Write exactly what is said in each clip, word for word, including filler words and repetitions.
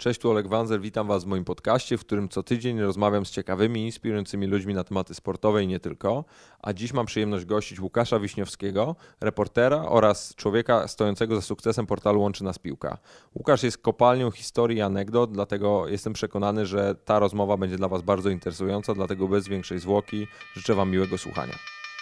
Cześć, tu Oleg Wanzer, witam Was w moim podcaście, w którym co tydzień rozmawiam z ciekawymi, inspirującymi ludźmi na tematy sportowe i nie tylko. A dziś mam przyjemność gościć Łukasza Wiśniowskiego, reportera oraz człowieka stojącego za sukcesem portalu Łączy Nas Piłka. Łukasz jest kopalnią historii i anegdot, dlatego jestem przekonany, że ta rozmowa będzie dla Was bardzo interesująca, dlatego bez większej zwłoki życzę Wam miłego słuchania.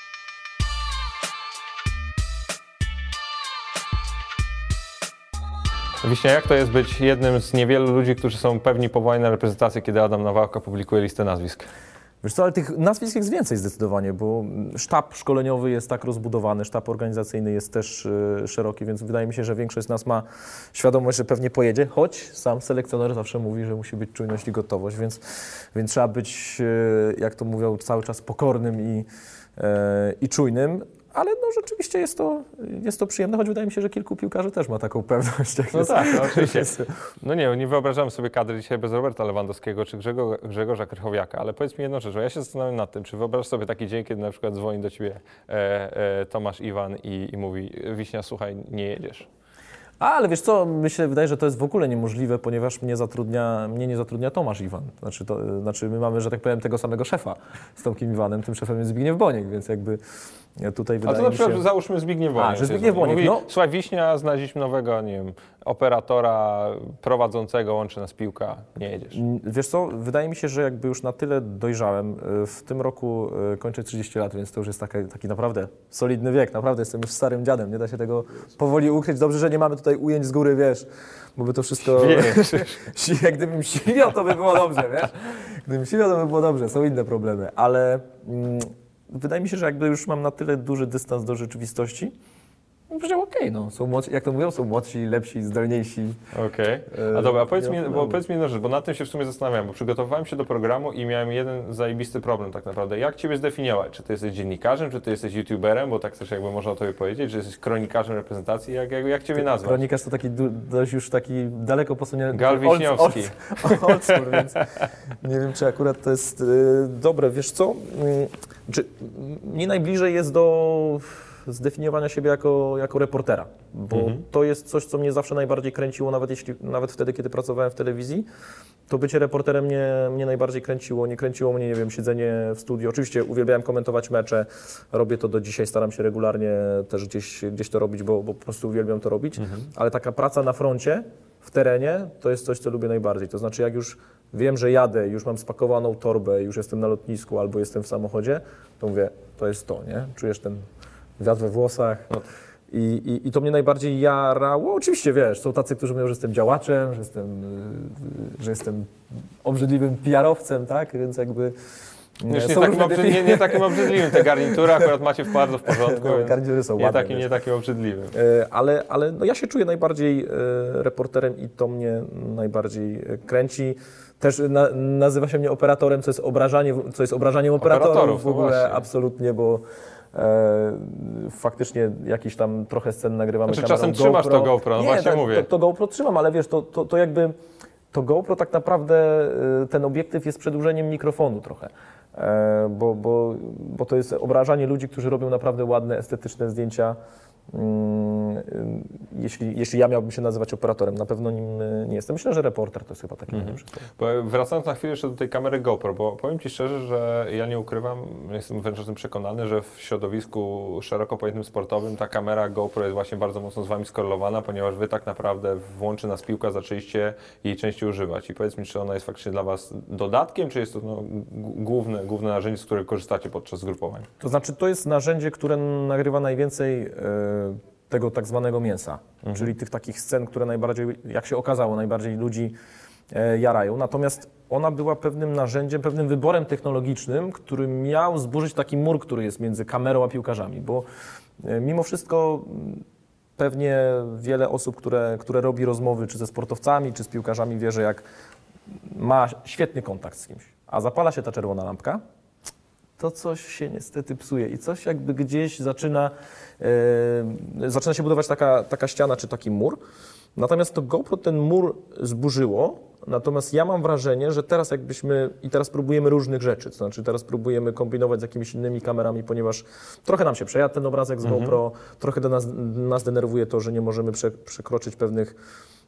Wiśnia, jak to jest być jednym z niewielu ludzi, którzy są pewni powołania na reprezentację, kiedy Adam Nawałka publikuje listę nazwisk? Wiesz co, ale tych nazwisk jest więcej zdecydowanie, bo sztab szkoleniowy jest tak rozbudowany, sztab organizacyjny jest też y, szeroki, więc wydaje mi się, że większość z nas ma świadomość, że pewnie pojedzie, choć sam selekcjoner zawsze mówi, że musi być czujność i gotowość, więc, więc trzeba być, y, jak to mówią, cały czas pokornym i, y, i czujnym. Ale no rzeczywiście jest to, jest to przyjemne, choć wydaje mi się, że kilku piłkarzy też ma taką pewność. Jak no jest, tak, no oczywiście. No nie, nie wyobrażam sobie kadry dzisiaj bez Roberta Lewandowskiego czy Grzegorza, Grzegorza Krychowiaka, ale powiedz mi jedną rzecz, bo ja się zastanawiam nad tym, czy wyobrażasz sobie taki dzień, kiedy na przykład dzwoni do Ciebie e, e, Tomasz Iwan i, i mówi: Wiśnia, słuchaj, nie jedziesz. A, ale wiesz co, myślę, wydaje, że to jest w ogóle niemożliwe, ponieważ mnie, zatrudnia, mnie nie zatrudnia Tomasz Iwan. Znaczy, to, znaczy my mamy, że tak powiem, tego samego szefa z Tomkiem Iwanem, tym szefem jest Zbigniew Boniek, więc jakby tutaj wydaje mi się... A to na przykład się... załóżmy Zbigniew Boniek. A, że Zbigniew Boniek, mówi, no. Słuchaj, Wiśnia, znaleźliśmy nowego, nie wiem, operatora prowadzącego, Łączy Nas Piłka, nie jedziesz. Wiesz co, wydaje mi się, że jakby już na tyle dojrzałem. W tym roku kończę trzydzieści lat, więc to już jest taki, taki naprawdę solidny wiek. Naprawdę jestem już starym dziadem, nie da się tego powoli ukryć. Dobrze, że nie mamy tutaj ujęć z góry, wiesz, bo by to wszystko... Jak gdybym siwiał, to by było dobrze, wiesz? Gdybym siwiał, to by było dobrze, są inne problemy, ale mm, wydaje mi się, że jakby już mam na tyle duży dystans do rzeczywistości, powiedział, okej, okay, no, są młodsi, jak to mówią, są młodsi, lepsi, zdolniejsi. Okej. Okay. A dobra, powiedz mi, bo powiedz mi jedną rzecz, bo nad tym się w sumie zastanawiam, bo przygotowywałem się do programu i miałem jeden zajebisty problem tak naprawdę. Jak Ciebie zdefiniować? Czy Ty jesteś dziennikarzem, czy Ty jesteś youtuberem, bo tak też jakby można o Tobie powiedzieć, że jesteś kronikarzem reprezentacji, jak, jak, jak Ciebie nazwać? Kronikarz to taki dość już taki daleko posunięty... Gal Wiśniowski. Old, old school, więc nie wiem, czy akurat to jest y, dobre. Wiesz co, y, czy mnie najbliżej jest do... zdefiniowania siebie jako, jako reportera, bo mhm. to jest coś, co mnie zawsze najbardziej kręciło, nawet jeśli nawet wtedy, kiedy pracowałem w telewizji, to bycie reporterem mnie, mnie najbardziej kręciło. Nie kręciło mnie, nie wiem, siedzenie w studiu. Oczywiście uwielbiałem komentować mecze, robię to do dzisiaj, staram się regularnie też gdzieś, gdzieś to robić, bo, bo po prostu uwielbiam to robić, mhm. ale taka praca na froncie, w terenie, to jest coś, co lubię najbardziej. To znaczy, jak już wiem, że jadę, już mam spakowaną torbę, już jestem na lotnisku albo jestem w samochodzie, to mówię, to jest to, nie? Czujesz ten wiatr we włosach I, i, i to mnie najbardziej jarało. Oczywiście, wiesz, są tacy, którzy mówią, że jestem działaczem, że jestem, że jestem obrzydliwym P R-owcem, tak, więc jakby... Nie, nie, takim obrzyd... nie, nie takim obrzydliwym, te garnitury akurat macie bardzo w porządku, no, garnitury są nie, ładne, takim, nie takim obrzydliwym. Ale, ale no ja się czuję najbardziej reporterem i to mnie najbardziej kręci. Też na, nazywa się mnie operatorem, co jest, obrażanie, co jest obrażaniem operatorów, operatorów w ogóle, no absolutnie, bo E, faktycznie jakiś tam trochę scen nagrywamy znaczy, kamerą czasem GoPro. trzymasz to GoPro, no nie, właśnie to, mówię. To, to GoPro trzymam, ale wiesz, to, to, to jakby to GoPro tak naprawdę, ten obiektyw jest przedłużeniem mikrofonu trochę, e, bo, bo, bo to jest obrażanie ludzi, którzy robią naprawdę ładne, estetyczne zdjęcia. Jeśli, jeśli ja miałbym się nazywać operatorem, na pewno nim nie jestem. Myślę, że reporter to jest chyba taki najlepszy. Mm-hmm. Wracając na chwilę jeszcze do tej kamery GoPro, bo powiem Ci szczerze, że ja nie ukrywam, jestem wręcz o tym przekonany, że w środowisku szeroko pojętym sportowym ta kamera GoPro jest właśnie bardzo mocno z Wami skorelowana, ponieważ Wy tak naprawdę w Łączy Nas Piłka zaczęliście jej częściej używać. I powiedz mi, czy ona jest faktycznie dla Was dodatkiem, czy jest to no, główne, główne narzędzie, z którego korzystacie podczas zgrupowań? To znaczy, to jest narzędzie, które nagrywa najwięcej yy, tego tak zwanego mięsa, mhm. czyli tych takich scen, które najbardziej, jak się okazało, najbardziej ludzi e, jarają. Natomiast ona była pewnym narzędziem, pewnym wyborem technologicznym, który miał zburzyć taki mur, który jest między kamerą a piłkarzami, bo e, mimo wszystko pewnie wiele osób, które, które robi rozmowy czy ze sportowcami, czy z piłkarzami, wie, że jak ma świetny kontakt z kimś, a zapala się ta czerwona lampka, to coś się niestety psuje i coś jakby gdzieś zaczyna, yy, zaczyna się budować taka, taka ściana czy taki mur. Natomiast to GoPro ten mur zburzyło, natomiast ja mam wrażenie, że teraz jakbyśmy, i teraz próbujemy różnych rzeczy, to znaczy teraz próbujemy kombinować z jakimiś innymi kamerami, ponieważ trochę nam się przejadł ten obrazek z mhm. GoPro, trochę do nas, nas denerwuje to, że nie możemy prze, przekroczyć pewnych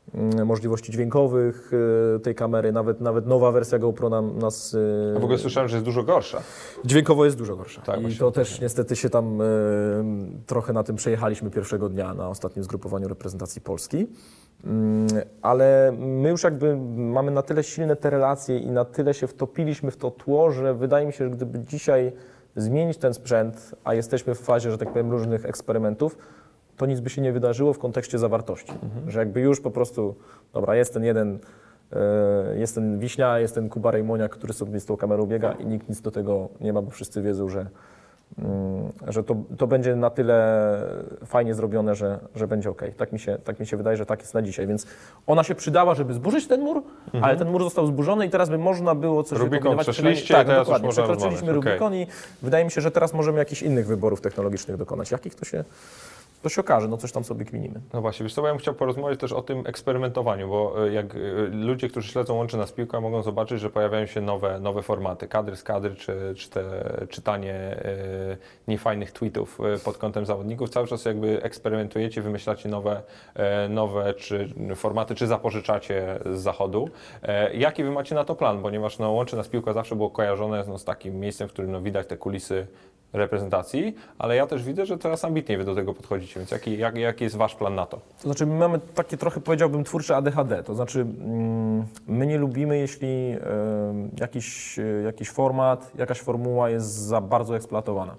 możliwości dźwiękowych tej kamery, nawet, nawet nowa wersja GoPro nam, nas... A w ogóle słyszałem, że jest dużo gorsza. Dźwiękowo jest dużo gorsza. Tak, i to też niestety się tam y, trochę na tym przejechaliśmy pierwszego dnia na ostatnim zgrupowaniu reprezentacji Polski. Y, ale my już jakby mamy na tyle silne te relacje i na tyle się wtopiliśmy w to tło, że wydaje mi się, że gdyby dzisiaj zmienić ten sprzęt, a jesteśmy w fazie, że tak powiem, różnych eksperymentów, to nic by się nie wydarzyło w kontekście zawartości. Mhm. Że jakby już po prostu, dobra, jest ten jeden, y, jest ten Wiśnia, jest ten Kuba Rejmoniak, który sobie z tą kamerą biega i nikt nic do tego nie ma, bo wszyscy wiedzą, że, y, że to, to będzie na tyle fajnie zrobione, że, że będzie ok. Tak mi się, tak mi się wydaje, że tak jest na dzisiaj. Więc ona się przydała, żeby zburzyć ten mur, mhm. ale ten mur został zburzony i teraz by można było coś Rubikon przeszliście, tak, teraz dokładnie. już można Przekroczyliśmy rozmawiać. Rubikon Okay. i wydaje mi się, że teraz możemy jakichś innych wyborów technologicznych dokonać. Jakich to się... To się okaże, no coś tam sobie kminimy. No właśnie, wiesz co, ja bym chciał porozmawiać też o tym eksperymentowaniu, bo jak ludzie, którzy śledzą Łączy Nas Piłka, mogą zobaczyć, że pojawiają się nowe, nowe formaty, kadry z kadry, czy, czy te czytanie e, niefajnych tweetów pod kątem zawodników. Cały czas jakby eksperymentujecie, wymyślacie nowe, e, nowe czy formaty, czy zapożyczacie z zachodu. E, jaki wy macie na to plan? Ponieważ no, Łączy Nas Piłka zawsze było kojarzone no, z takim miejscem, w którym no, widać te kulisy reprezentacji, ale ja też widzę, że coraz ambitniej wy do tego podchodzicie, więc jaki, jak, jaki jest wasz plan na to? To znaczy my mamy takie trochę, powiedziałbym, twórcze A D H D, to znaczy mm, my nie lubimy, jeśli y, jakiś, y, jakiś format, jakaś formuła jest za bardzo eksploatowana.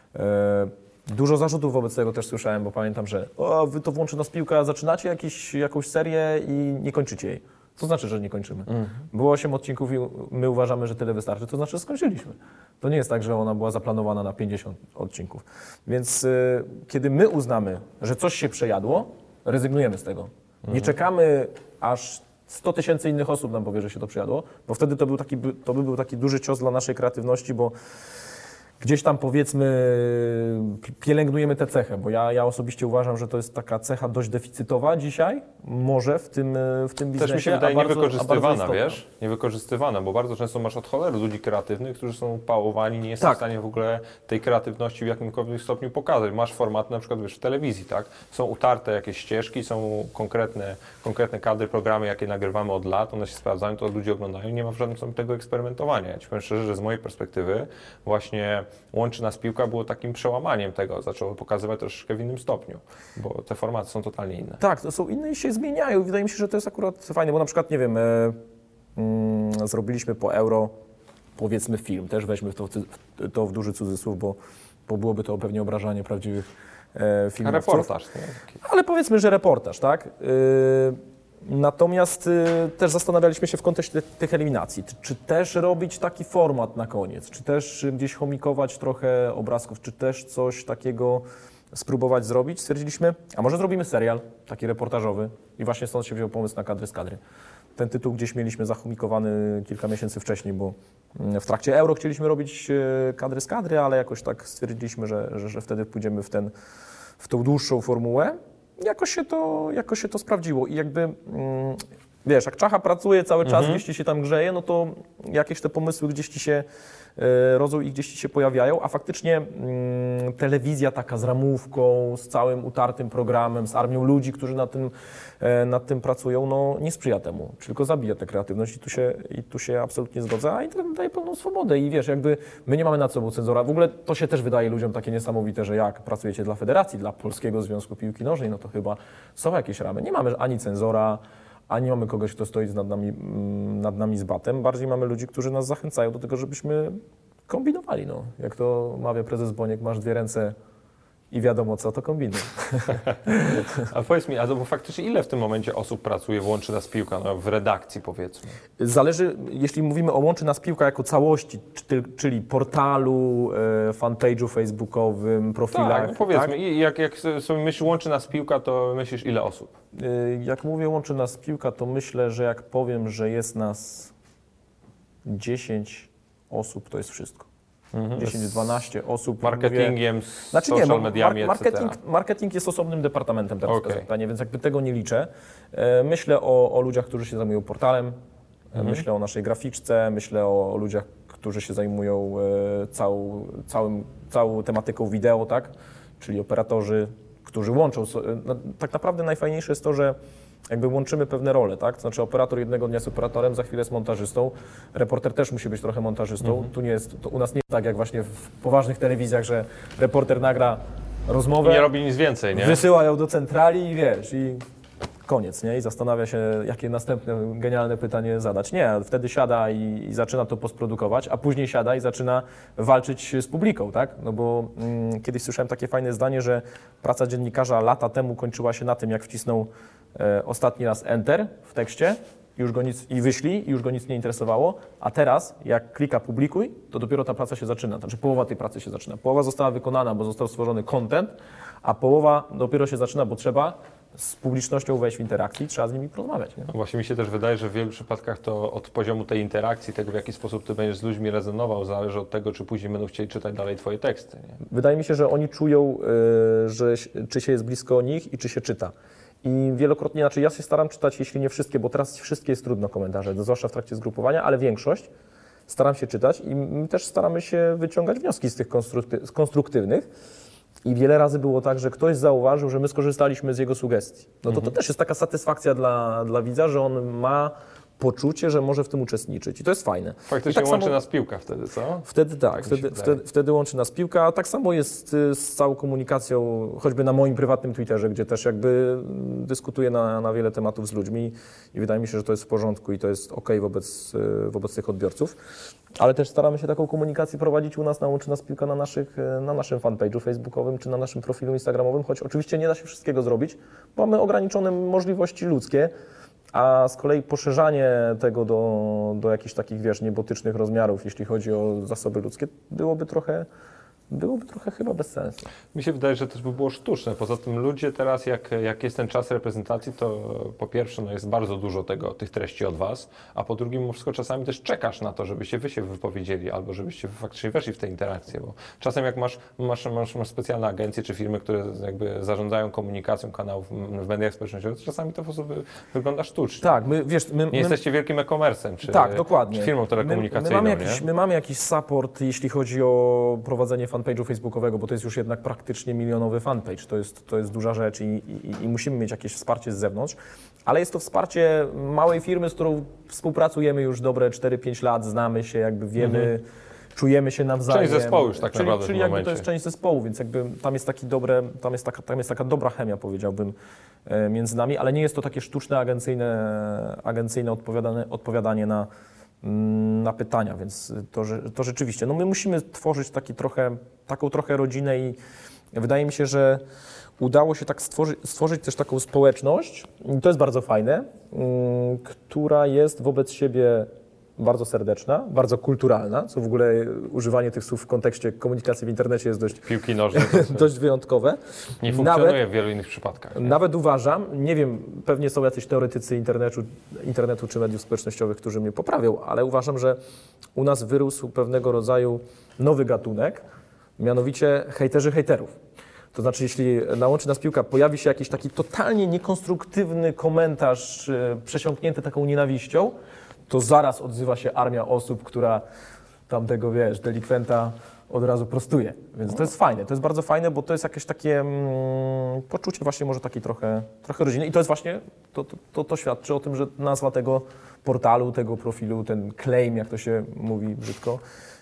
Y, dużo zarzutów wobec tego też słyszałem, bo pamiętam, że o, wy to Włączy Nas Piłka, zaczynacie jakiś, jakąś serię i nie kończycie jej. Co znaczy, że nie kończymy? Mm. Było osiem odcinków i my uważamy, że tyle wystarczy, to znaczy, że skończyliśmy. To nie jest tak, że ona była zaplanowana na pięćdziesiąt odcinków. Więc y, kiedy my uznamy, że coś się przejadło, rezygnujemy z tego. Mm. Nie czekamy, aż sto tysięcy innych osób nam powie, że się to przejadło, bo wtedy to, był taki, to by był taki duży cios dla naszej kreatywności, bo gdzieś tam, powiedzmy, pielęgnujemy tę cechę, bo ja, ja osobiście uważam, że to jest taka cecha dość deficytowa dzisiaj, może w tym, w tym biznesie. Też mi się wydaje bardzo, niewykorzystywana, wiesz? Niewykorzystywana, bo bardzo często masz od cholery ludzi kreatywnych, którzy są pałowani, nie są tak. w stanie w ogóle tej kreatywności w jakimkolwiek stopniu pokazać. Masz format na przykład wiesz, w telewizji, tak? Są utarte jakieś ścieżki, są konkretne, konkretne kadry, programy, jakie nagrywamy od lat, one się sprawdzają, to ludzie oglądają i nie ma w żadnym stopniu tego eksperymentowania. Ja ci powiem szczerze, że z mojej perspektywy właśnie Łączy Nas Piłka było takim przełamaniem tego, zaczęło pokazywać troszeczkę w innym stopniu, bo te formaty są totalnie inne. Tak, to są inne i się zmieniają. Wydaje mi się, że to jest akurat fajne, bo na przykład, nie wiem, e, mm, zrobiliśmy po Euro, powiedzmy, film, też weźmy w to, w to w duży cudzysłów, bo, bo byłoby to pewnie obrażanie prawdziwych e, filmowców. A reportaż, nie? Ale powiedzmy, że reportaż, tak? E, Natomiast y, też zastanawialiśmy się w kontekście tych eliminacji, czy, czy też robić taki format na koniec, czy też gdzieś chomikować trochę obrazków, czy też coś takiego spróbować zrobić. Stwierdziliśmy, a może zrobimy serial taki reportażowy i właśnie stąd się wziął pomysł na kadry z kadry. Ten tytuł gdzieś mieliśmy zachomikowany kilka miesięcy wcześniej, bo w trakcie Euro chcieliśmy robić kadry z kadry, ale jakoś tak stwierdziliśmy, że, że, że wtedy pójdziemy w, ten, w tą dłuższą formułę. Jakoś się to, jakoś się to sprawdziło i jakby, mm, wiesz, jak czacha pracuje cały czas, mhm. gdzieś ci się tam grzeje, no to jakieś te pomysły gdzieś ci się e, rodzą i gdzieś ci się pojawiają, a faktycznie mm, telewizja taka z ramówką, z całym utartym programem, z armią ludzi, którzy nad tym, e, nad tym pracują, no nie sprzyja temu, tylko zabija tę kreatywność i tu się, i tu się absolutnie zgodzę, a internet daje pełną swobodę i wiesz, jakby my nie mamy nad sobą cenzora. W ogóle to się też wydaje ludziom takie niesamowite, że jak pracujecie dla federacji, dla Polskiego Związku Piłki Nożnej, no to chyba są jakieś ramy. Nie mamy ani cenzora, ani mamy kogoś, kto stoi nad nami, nad nami z batem. Bardziej mamy ludzi, którzy nas zachęcają do tego, żebyśmy kombinowali. No. Jak to mawia prezes Boniek, masz dwie ręce i wiadomo co, to kombinuj. A powiedz mi, a to bo faktycznie ile w tym momencie osób pracuje w Łączy Nas Piłka, no, w redakcji powiedzmy? Zależy, jeśli mówimy o Łączy Nas Piłka jako całości, czyli portalu, fanpage'u facebookowym, profilach. Tak, no powiedzmy, tak? I jak, jak sobie myślisz Łączy Nas Piłka, to myślisz ile osób? Jak mówię Łączy Nas Piłka, to myślę, że jak powiem, że jest nas dziesięć osób, to jest wszystko. Mhm. dziesięć dwanaście osób. Marketingiem, mówię, z znaczy social nie, mediami, marketing, marketing jest osobnym departamentem teraz okay. w K Z P, więc jakby tego nie liczę. Myślę o, o ludziach, którzy się zajmują portalem, mhm. myślę o naszej graficzce, myślę o, o ludziach, którzy się zajmują całą, całym, całą tematyką wideo, tak? Czyli operatorzy, którzy łączą. No, tak naprawdę najfajniejsze jest to, że jakby łączymy pewne role, tak? To znaczy operator jednego dnia jest operatorem, za chwilę jest montażystą, reporter też musi być trochę montażystą. Mhm. Tu nie jest, to u nas nie jest tak jak właśnie w poważnych telewizjach, że reporter nagra rozmowę, I nie robi nic więcej, nie? Wysyła ją do centrali i wiesz, i koniec, nie? I zastanawia się, jakie następne genialne pytanie zadać. Nie, wtedy siada i, i zaczyna to postprodukować, a później siada i zaczyna walczyć z publiką, tak? No bo mm, kiedyś słyszałem takie fajne zdanie, że praca dziennikarza lata temu kończyła się na tym, jak wcisnął e, ostatni raz Enter w tekście już go nic, i wyślij, i już go nic nie interesowało, a teraz, jak klika publikuj, to dopiero ta praca się zaczyna, znaczy połowa tej pracy się zaczyna. Połowa została wykonana, bo został stworzony content, a połowa dopiero się zaczyna, bo trzeba z publicznością wejść w interakcji, trzeba z nimi porozmawiać. Nie? No właśnie mi się też wydaje, że w wielu przypadkach to od poziomu tej interakcji, tego w jaki sposób ty będziesz z ludźmi rezonował, zależy od tego, czy później będą chcieli czytać dalej twoje teksty. Nie? Wydaje mi się, że oni czują, yy, że czy się jest blisko nich i czy się czyta. I wielokrotnie, znaczy ja się staram czytać, jeśli nie wszystkie, bo teraz wszystkie jest trudno komentarze, zwłaszcza w trakcie zgrupowania, ale większość staram się czytać i my też staramy się wyciągać wnioski z tych konstrukty- z konstruktywnych. I wiele razy było tak, że ktoś zauważył, że my skorzystaliśmy z jego sugestii. No to, to też jest taka satysfakcja dla, dla widza, że on ma poczucie, że może w tym uczestniczyć i to jest fajne. Faktycznie tak łączy samo, nas piłka wtedy, co? Wtedy tak, tak wtedy, wtedy, wtedy łączy nas piłka, a tak samo jest z całą komunikacją, choćby na moim prywatnym Twitterze, gdzie też jakby dyskutuję na, na wiele tematów z ludźmi i wydaje mi się, że to jest w porządku i to jest okej wobec, wobec tych odbiorców. Ale też staramy się taką komunikację prowadzić u nas na Łączy Nas Piłka na, naszych, na naszym fanpage'u facebookowym czy na naszym profilu instagramowym, choć oczywiście nie da się wszystkiego zrobić, bo mamy ograniczone możliwości ludzkie, a z kolei poszerzanie tego do, do jakichś takich, wiesz, niebotycznych rozmiarów, jeśli chodzi o zasoby ludzkie, byłoby trochę, byłoby trochę chyba bez sensu. Mi się wydaje, że też by było sztuczne. Poza tym ludzie teraz, jak, jak jest ten czas reprezentacji, to po pierwsze no jest bardzo dużo tego, tych treści od was, a po drugie mimo wszystko czasami też czekasz na to, żebyście wy się wypowiedzieli albo żebyście faktycznie weszli w te interakcje, bo czasem jak masz, masz, masz, masz specjalne agencje czy firmy, które jakby zarządzają komunikacją kanałów w mediach społecznościowych, to czasami to sposób wygląda sztucznie. Tak, my, wiesz, my, nie my, jesteście wielkim e-commerce'em czy, tak, dokładnie. czy firmą telekomunikacyjną. My, my, mamy jakiś, my mamy jakiś support, jeśli chodzi o prowadzenie fanpage'u facebookowego, bo to jest już jednak praktycznie milionowy fanpage. To jest, to jest duża rzecz i, i, i musimy mieć jakieś wsparcie z zewnątrz, ale jest to wsparcie małej firmy, z którą współpracujemy już dobre cztery pięć lat, znamy się, jakby wiemy, mhm. czujemy się nawzajem. Część zespołu już tak czyli, naprawdę Czyli w jakby momencie. to jest część zespołu, więc jakby tam jest taki dobre, tam jest taka, tam jest taka dobra chemia, powiedziałbym, między nami, ale nie jest to takie sztuczne, agencyjne, agencyjne odpowiadanie, odpowiadanie na na pytania, więc to, to rzeczywiście, no my musimy tworzyć taki trochę, taką trochę rodzinę i wydaje mi się, że udało się tak stworzyć, stworzyć też taką społeczność, i to jest bardzo fajne, która jest wobec siebie bardzo serdeczna, bardzo kulturalna, co w ogóle używanie tych słów w kontekście komunikacji w internecie jest dość, piłki nożnej, dość wyjątkowe. Nie funkcjonuje nawet, w wielu innych przypadkach. Nie? Nawet uważam, nie wiem, pewnie są jacyś teoretycy internetu, internetu czy mediów społecznościowych, którzy mnie poprawią, ale uważam, że u nas wyrósł pewnego rodzaju nowy gatunek, mianowicie hejterzy hejterów. To znaczy, jeśli na Łączy Nas Piłka pojawi się jakiś taki totalnie niekonstruktywny komentarz e, przesiąknięty taką nienawiścią, to zaraz odzywa się armia osób, która tamtego, wiesz, delikwenta od razu prostuje. Więc to jest fajne, to jest bardzo fajne, bo to jest jakieś takie mm, poczucie właśnie może takiej trochę, trochę rodziny. I to jest właśnie, to, to, to, to świadczy o tym, że nazwa tego portalu, tego profilu, ten claim, jak to się mówi brzydko,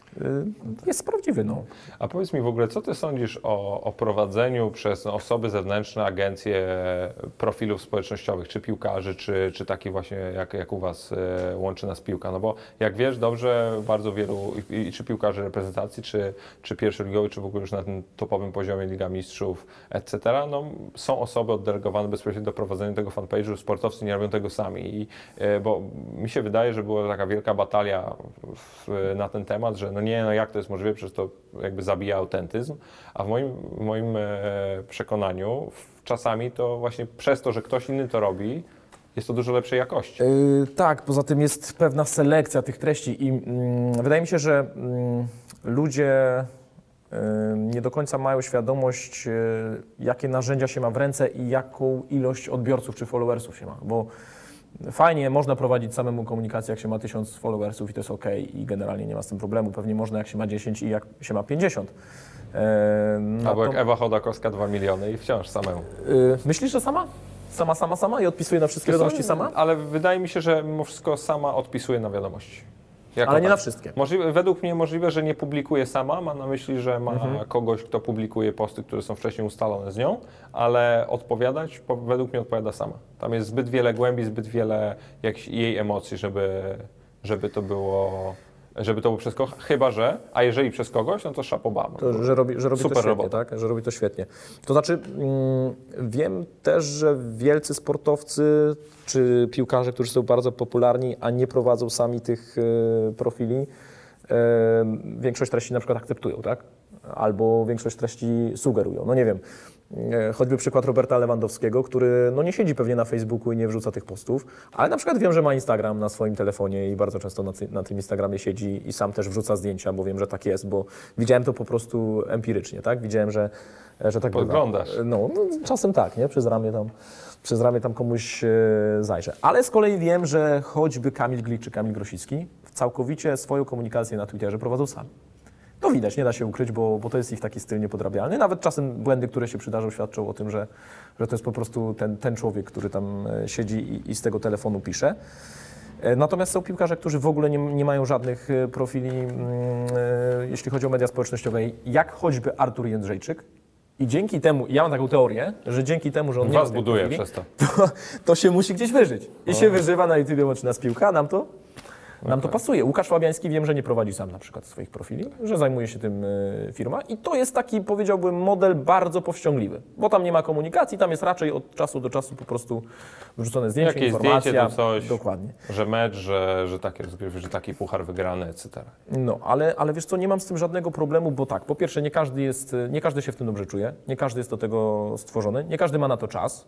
jest prawdziwy. No. A powiedz mi w ogóle, co ty sądzisz o, o prowadzeniu przez osoby zewnętrzne, agencje profilów społecznościowych, czy piłkarzy, czy, czy taki właśnie jak, jak u was e, Łączy Nas Piłka? No bo jak wiesz dobrze, bardzo wielu, i, i czy piłkarzy reprezentacji, czy, czy pierwszoligowi, czy w ogóle już na tym topowym poziomie Liga Mistrzów, et cetera, no, są osoby oddelegowane bezpośrednio do prowadzenia tego fanpage'u, sportowcy nie robią tego sami. I, e, bo mi się wydaje, że była taka wielka batalia w, na ten temat, że no nie, no jak to jest możliwe, przecież to jakby zabija autentyzm, a w moim, w moim e, przekonaniu w, czasami to właśnie przez to, że ktoś inny to robi, jest to dużo lepszej jakości. Yy, tak, poza tym jest pewna selekcja tych treści i yy, wydaje mi się, że yy, ludzie yy, nie do końca mają świadomość, yy, jakie narzędzia się ma w ręce i jaką ilość odbiorców czy followersów się ma, bo fajnie, można prowadzić samemu komunikację, jak się ma tysiąc followersów i to jest ok i generalnie nie ma z tym problemu. Pewnie można, jak się ma dziesięć i jak się ma pięćdziesiąt. Eee, Albo jak to... Ewa Chodakowska dwa miliony i wciąż samemu. Yy, myślisz, że sama? Sama, sama, sama i odpisuje na wszystkie wiadomości sama? Ale wydaje mi się, że mimo wszystko sama odpisuje na wiadomości. Jako ale nie tak. na wszystkie. Możliwe, według mnie możliwe, że nie publikuje sama, ma na myśli, że ma mhm. kogoś, kto publikuje posty, które są wcześniej ustalone z nią, ale odpowiadać po, według mnie odpowiada sama. Tam jest zbyt wiele głębi, zbyt wiele jakichś jej emocji, żeby, żeby to było... Żeby to było przez kogoś, chyba że, a jeżeli przez kogoś, no to szapobam. To, że robi, że robi Super to świetnie, robota. tak? Że robi to świetnie. To znaczy, mm, wiem też, że wielcy sportowcy czy piłkarze, którzy są bardzo popularni, a nie prowadzą sami tych e, profili, e, większość treści na przykład akceptują, tak? Albo większość treści sugerują. No nie wiem, e, choćby przykład Roberta Lewandowskiego, który no nie siedzi pewnie na Facebooku i nie wrzuca tych postów, ale na przykład wiem, że ma Instagram na swoim telefonie i bardzo często na, na tym Instagramie siedzi i sam też wrzuca zdjęcia, bo wiem, że tak jest, bo widziałem to po prostu empirycznie, tak? Widziałem, że, że tak Podglądasz. bywa. No, no, czasem tak, nie? Przez ramię tam, przez ramię tam komuś e, zajrzę. Ale z kolei wiem, że choćby Kamil Glik czy Kamil Grosicki całkowicie swoją komunikację na Twitterze prowadzą sami. To widać, nie da się ukryć, bo, bo to jest ich taki styl niepodrabialny. Nawet czasem błędy, które się przydarzą, świadczą o tym, że, że to jest po prostu ten, ten człowiek, który tam siedzi i, i z tego telefonu pisze. Natomiast są piłkarze, którzy w ogóle nie, nie mają żadnych profili, mm, jeśli chodzi o media społecznościowe, jak choćby Artur Jędrzejczyk. I dzięki temu, ja mam taką teorię, że dzięki temu, że on nie Was ma tych buduje profili, przez to. to. To się musi gdzieś wyżyć. I No. się wyżywa na YouTubie Łączna Piłka, nam to Nam to pasuje. Łukasz Fabiański wiem, że nie prowadzi sam na przykład swoich profili, że zajmuje się tym y, firma i to jest taki, powiedziałbym, model bardzo powściągliwy, bo tam nie ma komunikacji, tam jest raczej od czasu do czasu po prostu wrzucone zdjęcie, Jakieś informacja. zdjęcie, to coś, dokładnie. że mecz, że, że, takie, że taki puchar wygrany, et cetera. No, ale, ale wiesz co, nie mam z tym żadnego problemu, bo tak, po pierwsze nie każdy jest, nie każdy się w tym dobrze czuje, nie każdy jest do tego stworzony, nie każdy ma na to czas.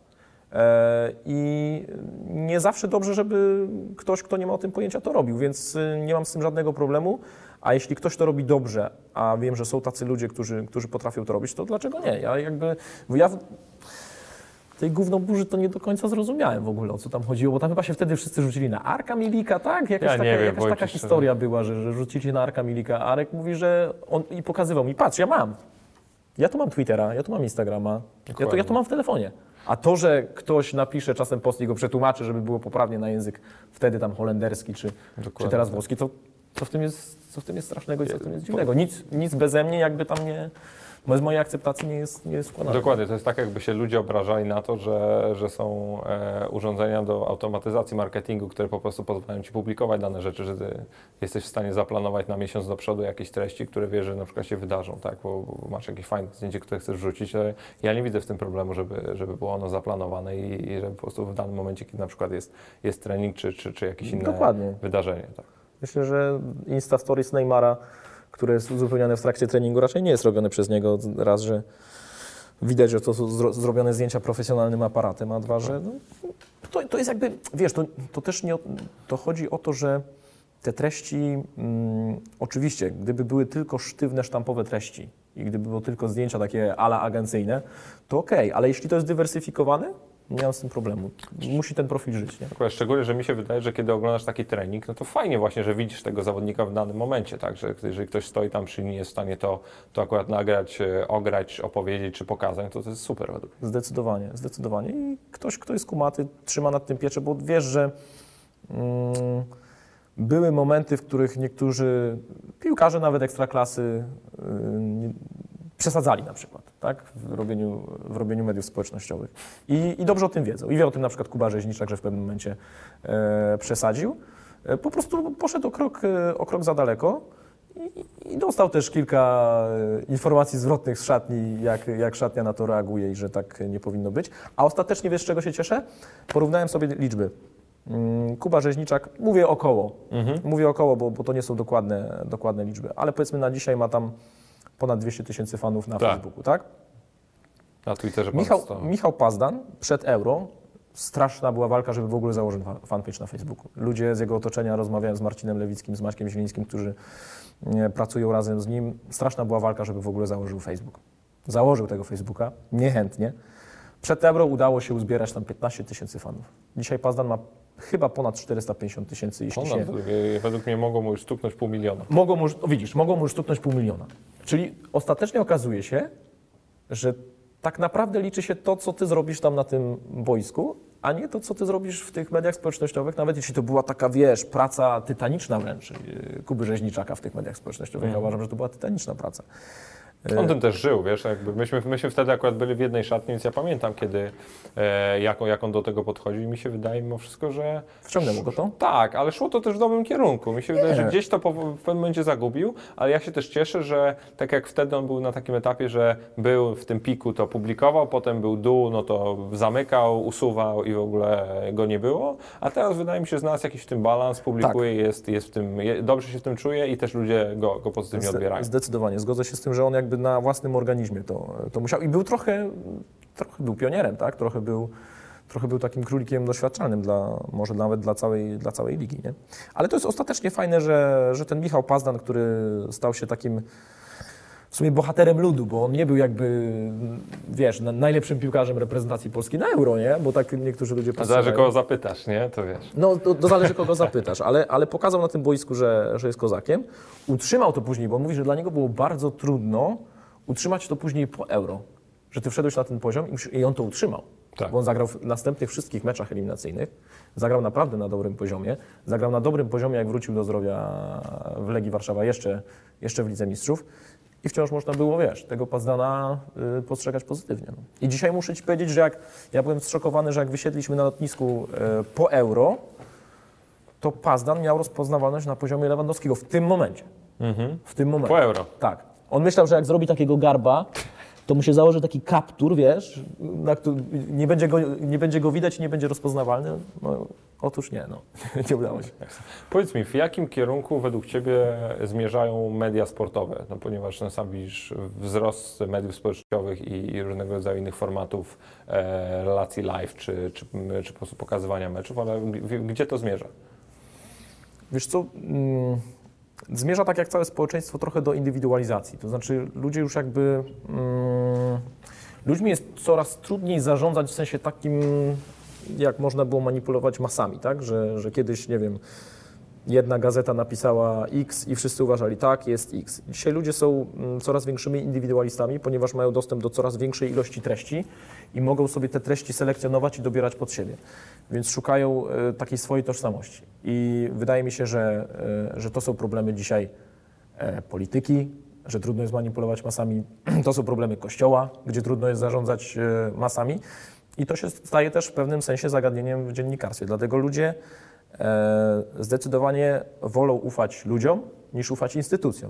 I nie zawsze dobrze, żeby ktoś, kto nie ma o tym pojęcia, to robił, więc nie mam z tym żadnego problemu. A jeśli ktoś to robi dobrze, a wiem, że są tacy ludzie, którzy, którzy potrafią to robić, to dlaczego nie? Ja jakby, bo ja w tej gównoburzy to nie do końca zrozumiałem w ogóle, o co tam chodziło, bo tam chyba się wtedy wszyscy rzucili na Arka Milika, tak? Jakaś Ja taka, nie wiem, jakaś taka historia była, że, że rzucili się na Arka Milika. Arek mówi, że on i pokazywał mi, patrz, ja mam. Ja tu mam Twittera, ja tu mam Instagrama, ja to, ja to mam w telefonie. A to, że ktoś napisze czasem post i go przetłumaczy, żeby było poprawnie na język wtedy tam holenderski czy, czy teraz włoski, to co w tym jest, co w tym jest strasznego i co w tym jest dziwnego? Nic, nic beze mnie jakby tam nie, bez mojej akceptacji nie jest, nie jest wkładane. Dokładnie, to jest tak, jakby się ludzie obrażali na to, że, że są e, urządzenia do automatyzacji marketingu, które po prostu pozwalają Ci publikować dane rzeczy, że Ty jesteś w stanie zaplanować na miesiąc do przodu jakieś treści, które wiesz, że na przykład się wydarzą, tak? Bo, bo masz jakieś fajne zdjęcie, które chcesz wrzucić. Ja nie widzę w tym problemu, żeby, żeby było ono zaplanowane i, i żeby po prostu w danym momencie, kiedy na przykład jest, jest trening czy, czy, czy jakieś inne Dokładnie. wydarzenie. Tak. Myślę, że Insta Stories Neymara, które jest uzupełniane w trakcie treningu, raczej nie jest robione przez niego. Raz, że widać, że to są zro zrobione zdjęcia profesjonalnym aparatem, a dwa, że no, to, to jest jakby, wiesz, to, to też nie, to chodzi o to, że te treści, mm, oczywiście, gdyby były tylko sztywne, sztampowe treści i gdyby było tylko zdjęcia takie ala agencyjne, to okej, okay, ale jeśli to jest dywersyfikowane, nie mam z tym problemu. Musi ten profil żyć, nie? Szczególnie, że mi się wydaje, że kiedy oglądasz taki trening, no to fajnie właśnie, że widzisz tego zawodnika w danym momencie, tak? Że jeżeli ktoś stoi tam przy nim, jest w stanie to, to akurat nagrać, ograć, opowiedzieć czy pokazać, to to jest super według mnie. Zdecydowanie, zdecydowanie. I ktoś, kto jest kumaty, trzyma nad tym pieczę, bo wiesz, że mm, były momenty, w których niektórzy piłkarze, nawet ekstraklasy, yy, przesadzali na przykład, tak, w robieniu, w robieniu mediów społecznościowych. I, I dobrze o tym wiedzą. I wie o tym na przykład Kuba Rzeźniczak, że w pewnym momencie e, przesadził. E, po prostu poszedł o krok, e, o krok za daleko i, i dostał też kilka e, informacji zwrotnych z szatni, jak, jak szatnia na to reaguje i że tak nie powinno być. A ostatecznie wiesz, z czego się cieszę? Porównałem sobie liczby. Kuba Rzeźniczak, mówię około, mhm. mówię około, bo, bo to nie są dokładne, dokładne liczby, ale powiedzmy na dzisiaj ma tam ponad dwieście tysięcy fanów na tak. Facebooku, tak? Na Twitterze Michał, Michał Pazdan przed Euro, straszna była walka, żeby w ogóle założyć fanpage na Facebooku. Ludzie z jego otoczenia, rozmawiałem z Marcinem Lewickim, z Maćkiem Zielińskim, którzy nie, pracują razem z nim. Straszna była walka, żeby w ogóle założył Facebook. Założył tego Facebooka, niechętnie. Przed Euro udało się uzbierać tam piętnaście tysięcy fanów. Dzisiaj Pazdan ma chyba ponad czterysta pięćdziesiąt tysięcy. Jeśli się... Według mnie mogą mu już stuknąć pół miliona. Mogą mu, no widzisz, mogą mu już stuknąć pół miliona. Czyli ostatecznie okazuje się, że tak naprawdę liczy się to, co ty zrobisz tam na tym boisku, a nie to, co ty zrobisz w tych mediach społecznościowych, nawet jeśli to była taka, wiesz, praca tytaniczna wręcz yy, Kuby Rzeźniczaka w tych mediach społecznościowych. Mm. Ja uważam, że to była tytaniczna praca. On tym też żył, wiesz, jakby myśmy, myśmy wtedy akurat byli w jednej szatni, więc ja pamiętam, kiedy, e, jak, jak on do tego podchodził i mi się wydaje mimo wszystko, że... Wciągnęło go to? Tak, ale szło to też w dobrym kierunku. Mi się nie. wydaje, że gdzieś to po, w pewnym momencie zagubił, ale ja się też cieszę, że tak jak wtedy on był na takim etapie, że był w tym piku, to publikował, potem był dół, no to zamykał, usuwał i w ogóle go nie było, a teraz wydaje mi się, że znalazł jakiś w tym balans, publikuje, tak. jest, jest w tym, dobrze się w tym czuje i też ludzie go, go pozytywnie odbierają. Zdecydowanie, zgodzę się z tym, że on jakby na własnym organizmie to, to musiał i był trochę, trochę był pionierem, tak? Trochę był, trochę był takim królikiem doświadczalnym dla, może nawet dla całej, dla całej ligi, nie? Ale to jest ostatecznie fajne, że, że ten Michał Pazdan, który stał się takim w sumie bohaterem ludu, bo on nie był jakby, wiesz, najlepszym piłkarzem reprezentacji Polski na Euro, nie? Bo tak niektórzy ludzie postrzegają. Zależy kogo zapytasz, nie? To wiesz. No, to, to zależy kogo zapytasz, ale, ale pokazał na tym boisku, że, że jest kozakiem. Utrzymał to później, bo on mówi, że dla niego było bardzo trudno utrzymać to później po Euro. Że ty wszedłeś na ten poziom i, i on to utrzymał. Tak. Bo on zagrał w następnych wszystkich meczach eliminacyjnych, zagrał naprawdę na dobrym poziomie, zagrał na dobrym poziomie, jak wrócił do zdrowia w Legii Warszawa jeszcze, jeszcze w Lidze Mistrzów. I wciąż można było, wiesz, tego Pazdana y, postrzegać pozytywnie. No. I dzisiaj muszę ci powiedzieć, że jak ja byłem zszokowany, że jak wysiedliśmy na lotnisku y, po Euro, to Pazdan miał rozpoznawalność na poziomie Lewandowskiego w tym momencie. Mhm. W tym momencie. Po Euro. Tak. On myślał, że jak zrobi takiego garba, to mu się założy taki kaptur, wiesz, na który nie będzie go, nie będzie go widać i nie będzie rozpoznawalny. No, otóż nie, no. Nie udało się. Powiedz mi, w jakim kierunku według Ciebie zmierzają media sportowe? No, ponieważ no, sam widzisz wzrost mediów społecznościowych i, i różnego rodzaju innych formatów e, relacji live, czy, czy, czy po prostu pokazywania meczów, ale w, gdzie to zmierza? Wiesz co... Mm... Zmierza tak jak całe społeczeństwo trochę do indywidualizacji, to znaczy ludzie już jakby, mm, ludźmi jest coraz trudniej zarządzać w sensie takim, jak można było manipulować masami, tak, że, że kiedyś, nie wiem, jedna gazeta napisała X i wszyscy uważali, tak, jest X. Dzisiaj ludzie są coraz większymi indywidualistami, ponieważ mają dostęp do coraz większej ilości treści i mogą sobie te treści selekcjonować i dobierać pod siebie. Więc szukają y, takiej swojej tożsamości. I wydaje mi się, że, y, że to są problemy dzisiaj y, polityki, że trudno jest manipulować masami. To są problemy Kościoła, gdzie trudno jest zarządzać y, masami. I to się staje też w pewnym sensie zagadnieniem w dziennikarstwie. Dlatego ludzie zdecydowanie wolą ufać ludziom niż ufać instytucjom.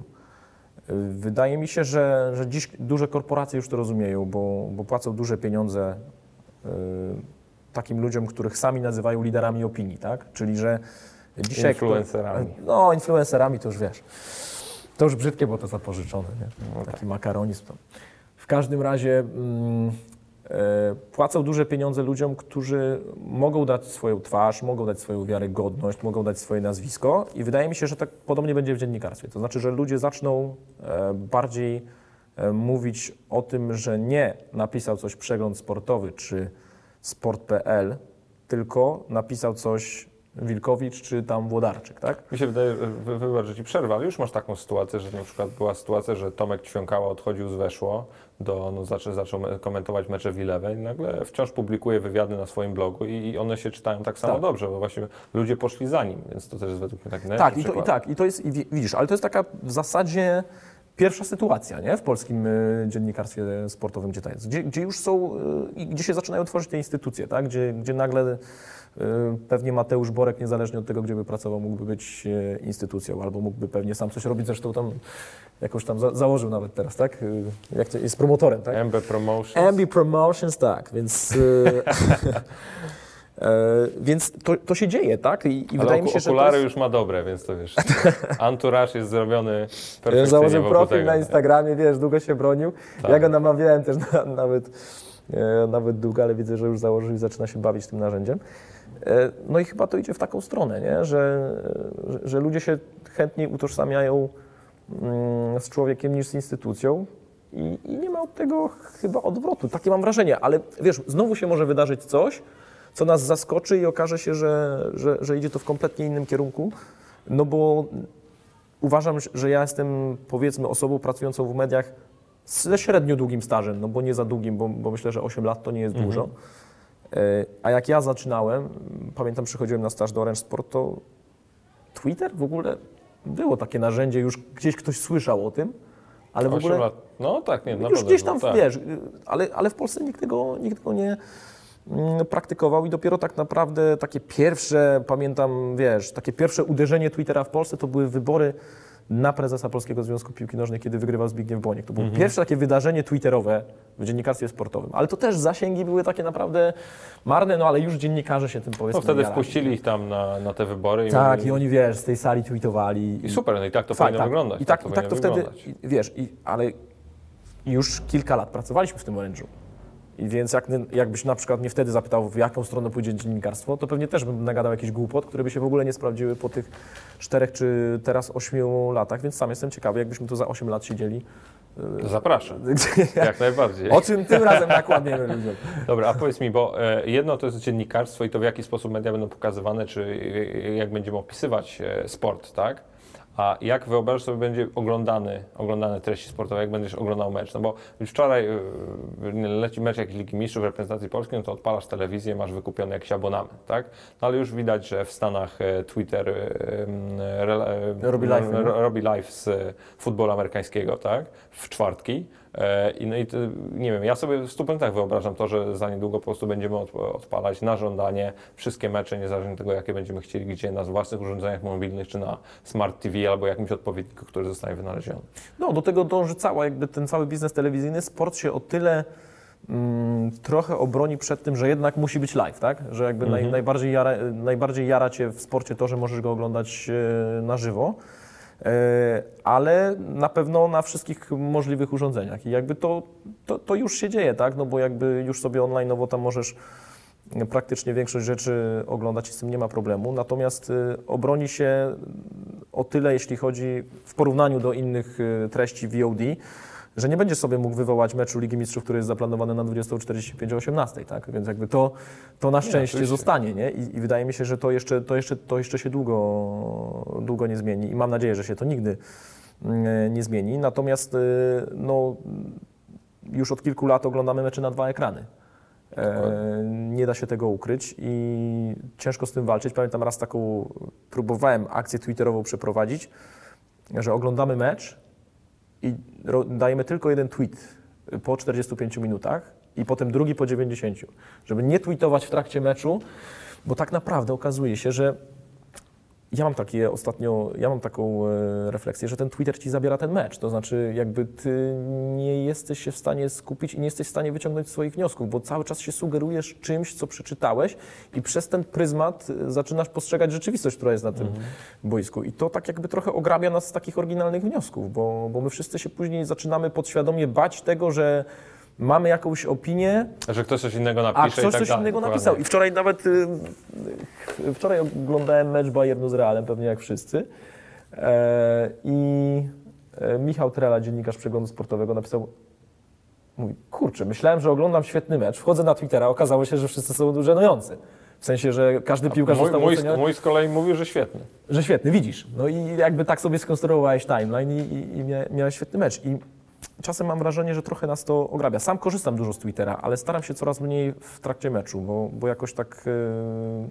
Wydaje mi się, że, że dziś duże korporacje już to rozumieją, bo, bo płacą duże pieniądze y, takim ludziom, których sami nazywają liderami opinii, tak? Czyli, że dzisiaj... Influencerami. Kto, no, influencerami to już wiesz. To już brzydkie, bo to zapożyczone, nie? No, taki tak. Makaronizm. W każdym razie... Mm, płacą duże pieniądze ludziom, którzy mogą dać swoją twarz, mogą dać swoją wiarygodność, mogą dać swoje nazwisko i wydaje mi się, że tak podobnie będzie w dziennikarstwie. To znaczy, że ludzie zaczną bardziej mówić o tym, że nie napisał coś przegląd sportowy czy sport kropka p l, tylko napisał coś Wilkowicz czy tam Włodarczyk, tak? Mi się wydaje, wy, wybacz, że Ci przerwę, ale już masz taką sytuację, że na przykład była sytuacja, że Tomek Ćwiąkała odchodził z Weszło, do, no, zaczął, zaczął komentować mecze w Eleven i nagle wciąż publikuje wywiady na swoim blogu i, i one się czytają tak samo tak. dobrze, bo właśnie ludzie poszli za nim, więc to też jest według mnie taki najlepszy tak, i to, i tak, i to jest, i widzisz, ale to jest taka w zasadzie pierwsza sytuacja, nie? W polskim y, dziennikarstwie sportowym, gdzie to jest, gdzie, gdzie już są, y, gdzie się zaczynają tworzyć te instytucje, tak? Gdzie, gdzie nagle pewnie Mateusz Borek, niezależnie od tego, gdzie by pracował, mógłby być instytucją, albo mógłby pewnie sam coś robić, zresztą tam jakoś tam za, założył nawet teraz, tak? Jak to jest promotorem, tak? M B Promotions. M B Promotions, tak, więc... E, więc to, to się dzieje, tak? I, i Ale wydaje mi się, że okulary jest... już ma dobre, więc to wiesz, entourage jest zrobiony perfekcyjnie. Ja założył profil tego, na Instagramie, wiesz, długo się bronił. Tak. Ja go namawiałem też na, nawet, e, nawet długo, ale widzę, że już założył i zaczyna się bawić tym narzędziem. E, no i chyba to idzie w taką stronę, nie? Że, że, że ludzie się chętniej utożsamiają mm, z człowiekiem niż z instytucją. I, I nie ma od tego chyba odwrotu. Takie mam wrażenie, ale wiesz, znowu się może wydarzyć coś, co nas zaskoczy i okaże się, że, że, że idzie to w kompletnie innym kierunku, no bo uważam, że ja jestem, powiedzmy, osobą pracującą w mediach ze średnio długim stażem, no bo nie za długim, bo, bo myślę, że osiem lat to nie jest mhm. dużo. A jak ja zaczynałem, pamiętam, przychodziłem na staż do Orange Sport, to Twitter w ogóle było takie narzędzie, już gdzieś ktoś słyszał o tym, ale w ogóle... lat. No tak, nie, już gdzieś tam, tak. wiesz, ale, ale w Polsce nikt tego, nikt tego nie praktykował i dopiero tak naprawdę takie pierwsze, pamiętam, wiesz, takie pierwsze uderzenie Twittera w Polsce to były wybory na prezesa Polskiego Związku Piłki Nożnej, kiedy wygrywał Zbigniew Boniek. To było mhm. pierwsze takie wydarzenie twitterowe w dziennikarstwie sportowym. Ale to też zasięgi były takie naprawdę marne, no ale już dziennikarze się tym, powiedzmy, no wtedy jarali. Wpuścili ich tam na, na te wybory. I tak, mówili... i oni, wiesz, z tej sali tweetowali. I super, no i tak to tak, powinno tak. wyglądać. I tak, tak i tak to wyglądać. wtedy, wiesz, i, ale już kilka lat pracowaliśmy w tym Orange'u. I więc jak, jakbyś na przykład mnie wtedy zapytał, w jaką stronę pójdzie dziennikarstwo, to pewnie też bym nagadał jakiś głupot, które by się w ogóle nie sprawdziły po tych czterech czy teraz ośmiu latach, więc sam jestem ciekawy, jakbyśmy tu za osiem lat siedzieli. Zapraszam, jak najbardziej. O czym tym razem nakładniemy ludziom. Dobra, a powiedz mi, bo jedno to jest dziennikarstwo i to w jaki sposób media będą pokazywane, czy jak będziemy opisywać sport, tak? A jak wyobrażasz sobie będzie oglądany, oglądane treści sportowe, jak będziesz oglądał mecz? No bo już wczoraj leci mecz jakiejś Ligi Mistrzów reprezentacji polskiej, no to odpalasz telewizję, masz wykupiony jakiś abonament, tak? No ale już widać, że w Stanach Twitter re, robi live, ro, robi live z futbolu amerykańskiego, tak? W czwartki. I, no i to, nie wiem, ja sobie w stu procentach wyobrażam to, że za niedługo po prostu będziemy odpalać na żądanie wszystkie mecze, niezależnie od tego, jakie będziemy chcieli, gdzie, na własnych urządzeniach mobilnych, czy na Smart T V, albo jakimś odpowiedniku, który zostanie wynaleziony. No, do tego dąży cała, jakby ten cały biznes telewizyjny. Sport się o tyle mm, trochę obroni przed tym, że jednak musi być live, tak? Że jakby mhm. naj, najbardziej, jara, najbardziej jara cię w sporcie to, że możesz go oglądać e, na żywo. Ale na pewno na wszystkich możliwych urządzeniach i jakby to, to, to już się dzieje, tak, no bo jakby już sobie online'owo tam możesz praktycznie większość rzeczy oglądać i z tym nie ma problemu, natomiast obroni się o tyle, jeśli chodzi w porównaniu do innych treści V O D, że nie będziesz sobie mógł wywołać meczu Ligi Mistrzów, który jest zaplanowany na dwudziestą czterdzieści pięć o osiemnastej, tak? Więc jakby to, to na szczęście nie, zostanie, nie? I, I wydaje mi się, że to jeszcze, to jeszcze, to jeszcze się długo, długo nie zmieni i mam nadzieję, że się to nigdy nie zmieni. Natomiast no, już od kilku lat oglądamy mecze na dwa ekrany. E, nie da się tego ukryć i ciężko z tym walczyć. Pamiętam raz taką, próbowałem akcję twitterową przeprowadzić, że oglądamy mecz i dajemy tylko jeden tweet po czterdziestu pięciu minutach i potem drugi po dziewięćdziesięciu, żeby nie tweetować w trakcie meczu, bo tak naprawdę okazuje się, że ja mam takie ostatnio, ja mam taką e, refleksję, że ten Twitter ci zabiera ten mecz, to znaczy jakby ty nie jesteś się w stanie skupić i nie jesteś w stanie wyciągnąć swoich wniosków, bo cały czas się sugerujesz czymś, co przeczytałeś i przez ten pryzmat zaczynasz postrzegać rzeczywistość, która jest na tym mhm. boisku i to tak jakby trochę ograbia nas z takich oryginalnych wniosków, bo, bo my wszyscy się później zaczynamy podświadomie bać tego, że mamy jakąś opinię, że ktoś coś innego napisze a ktoś i tak coś dalej, innego dokładnie. napisał. I wczoraj nawet, y, wczoraj oglądałem mecz Bayernu z Realem, pewnie jak wszyscy. E, I e, Michał Trela, dziennikarz Przeglądu Sportowego, napisał, mówi, kurczę, myślałem, że oglądam świetny mecz, wchodzę na Twittera, okazało się, że wszyscy są żenujący. W sensie, że każdy piłkarz mój, został mój, oceniony. Mój z kolei mówił, że świetny. Że świetny, widzisz. No i jakby tak sobie skonstruowałeś timeline i, i, i miałeś świetny mecz. I czasem mam wrażenie, że trochę nas to ograbia. Sam korzystam dużo z Twittera, ale staram się coraz mniej w trakcie meczu, bo, bo jakoś tak yy,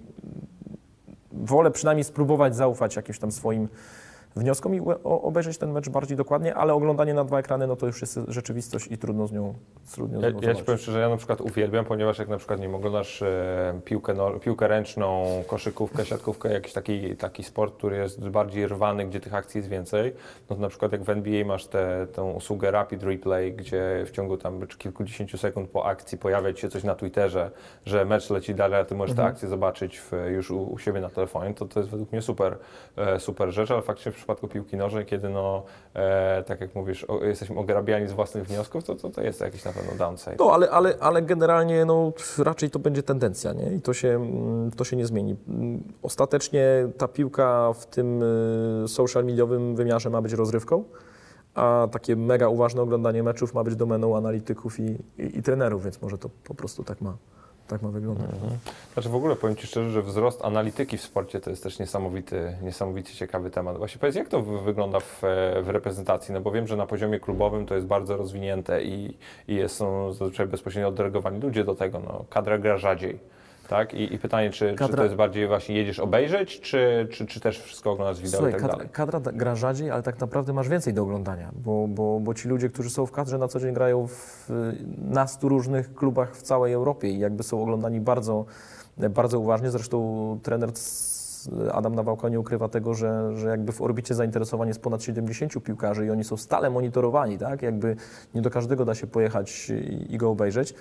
wolę przynajmniej spróbować zaufać jakimś tam swoim wnioskom i obejrzeć ten mecz bardziej dokładnie, ale oglądanie na dwa ekrany, no to już jest rzeczywistość i trudno z nią, trudno z nią Ja, ja ci powiem szczerze, ja na przykład uwielbiam, ponieważ jak na przykład nie oglądasz e, piłkę, no, piłkę ręczną, koszykówkę, siatkówkę, jakiś taki, taki sport, który jest bardziej rwany, gdzie tych akcji jest więcej, no to na przykład jak w N B A masz tę usługę Rapid Replay, gdzie w ciągu tam kilkudziesięciu sekund po akcji pojawia ci się coś na Twitterze, że mecz leci dalej, a ty możesz mhm. tę akcję zobaczyć w, już u, u siebie na telefonie, to to jest według mnie super, e, super rzecz, ale faktycznie w przypadku piłki nożnej, kiedy no, e, tak jak mówisz, o, jesteśmy ograbiani z własnych wniosków, to, to, to jest jakiś na pewno downside. No, ale, ale, ale generalnie no, raczej to będzie tendencja, nie? I to się, to się nie zmieni. Ostatecznie ta piłka w tym social mediowym wymiarze ma być rozrywką, a takie mega uważne oglądanie meczów ma być domeną analityków i, i, i trenerów, więc może to po prostu tak ma, tak tak ma wyglądać. Mhm. Znaczy w ogóle powiem Ci szczerze, że wzrost analityki w sporcie to jest też niesamowity, niesamowicie ciekawy temat. Właśnie powiedz, jak to wygląda w, w reprezentacji? No bo wiem, że na poziomie klubowym to jest bardzo rozwinięte i, i jest, są zazwyczaj bezpośrednio oddelegowani ludzie do tego. No, kadra gra rzadziej. Tak? I, i pytanie, czy, kadra... czy to jest bardziej właśnie jedziesz obejrzeć, czy, czy, czy też wszystko oglądasz z wideo Słuchaj, i tak kadra, dalej? kadra gra rzadziej, ale tak naprawdę masz więcej do oglądania, bo, bo, bo ci ludzie, którzy są w kadrze na co dzień grają w nastu różnych klubach w całej Europie i jakby są oglądani bardzo, bardzo uważnie. Zresztą trener Adam Nawałka nie ukrywa tego, że, że jakby w orbicie zainteresowań jest ponad siedemdziesięciu piłkarzy i oni są stale monitorowani, tak? Jakby nie do każdego da się pojechać i, i go obejrzeć.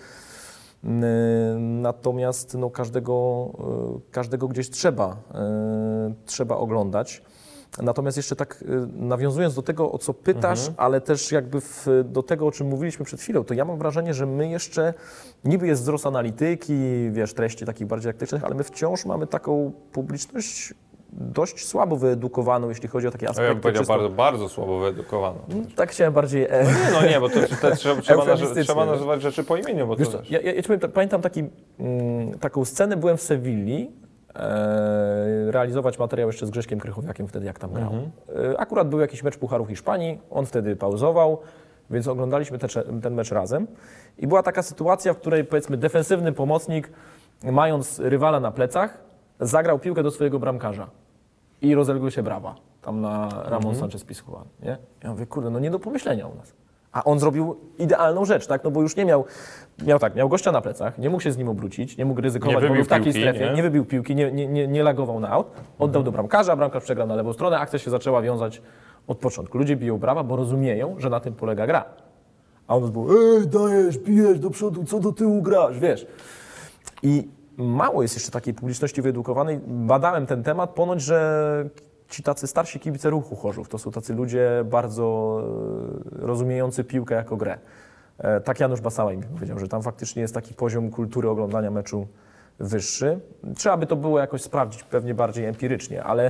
Natomiast no, każdego, każdego gdzieś trzeba, trzeba oglądać. Natomiast jeszcze tak nawiązując do tego, o co pytasz, mhm. ale też jakby w, do tego, o czym mówiliśmy przed chwilą, to ja mam wrażenie, że my jeszcze, niby jest wzrost analityki, wiesz, treści takich bardziej aktywnych, ale my wciąż mamy taką publiczność dość słabo wyedukowaną, jeśli chodzi o takie aspekty. Ja bym powiedział czysto... bardzo, bardzo słabo wyedukowaną. Tak chciałem bardziej... E... No nie, no nie, bo to, to trzeba, trzeba, nazy- trzeba nazywać rzeczy po imieniu, bo wiesz to co, ja, ja, ja ci powiem, pamiętam taki, mm, taką scenę, byłem w Sewilli, e, realizować materiał jeszcze z Grześkiem Krychowiakiem wtedy, jak tam grał. Mhm. E, akurat był jakiś mecz Pucharu Hiszpanii, on wtedy pauzował, więc oglądaliśmy te, ten mecz razem i była taka sytuacja, w której powiedzmy defensywny pomocnik, mając rywala na plecach, zagrał piłkę do swojego bramkarza i rozległy się brawa tam na Ramon mhm. Sánchez Pizjuan, nie? Ja mówię, kurde, no nie do pomyślenia u nas. A on zrobił idealną rzecz, tak? No bo już nie miał, miał tak, miał gościa na plecach, nie mógł się z nim obrócić, nie mógł ryzykować, bo był w takiej piłki, strefie, nie? nie wybił piłki, nie, nie, nie, nie lagował na aut, oddał mhm. do bramkarza, bramkarz przegrał na lewą stronę, akcja się zaczęła wiązać od początku. Ludzie biją brawa, bo rozumieją, że na tym polega gra. A on był, ej, dajesz, bijesz do przodu, co do tyłu grasz, wiesz. I mało jest jeszcze takiej publiczności wyedukowanej. Badałem ten temat, ponoć, że ci tacy starsi kibice Ruchu Chorzów to są tacy ludzie bardzo rozumiejący piłkę jako grę. Tak Janusz Basałaj mi powiedział, że tam faktycznie jest taki poziom kultury oglądania meczu wyższy. Trzeba by to było jakoś sprawdzić, pewnie bardziej empirycznie, ale...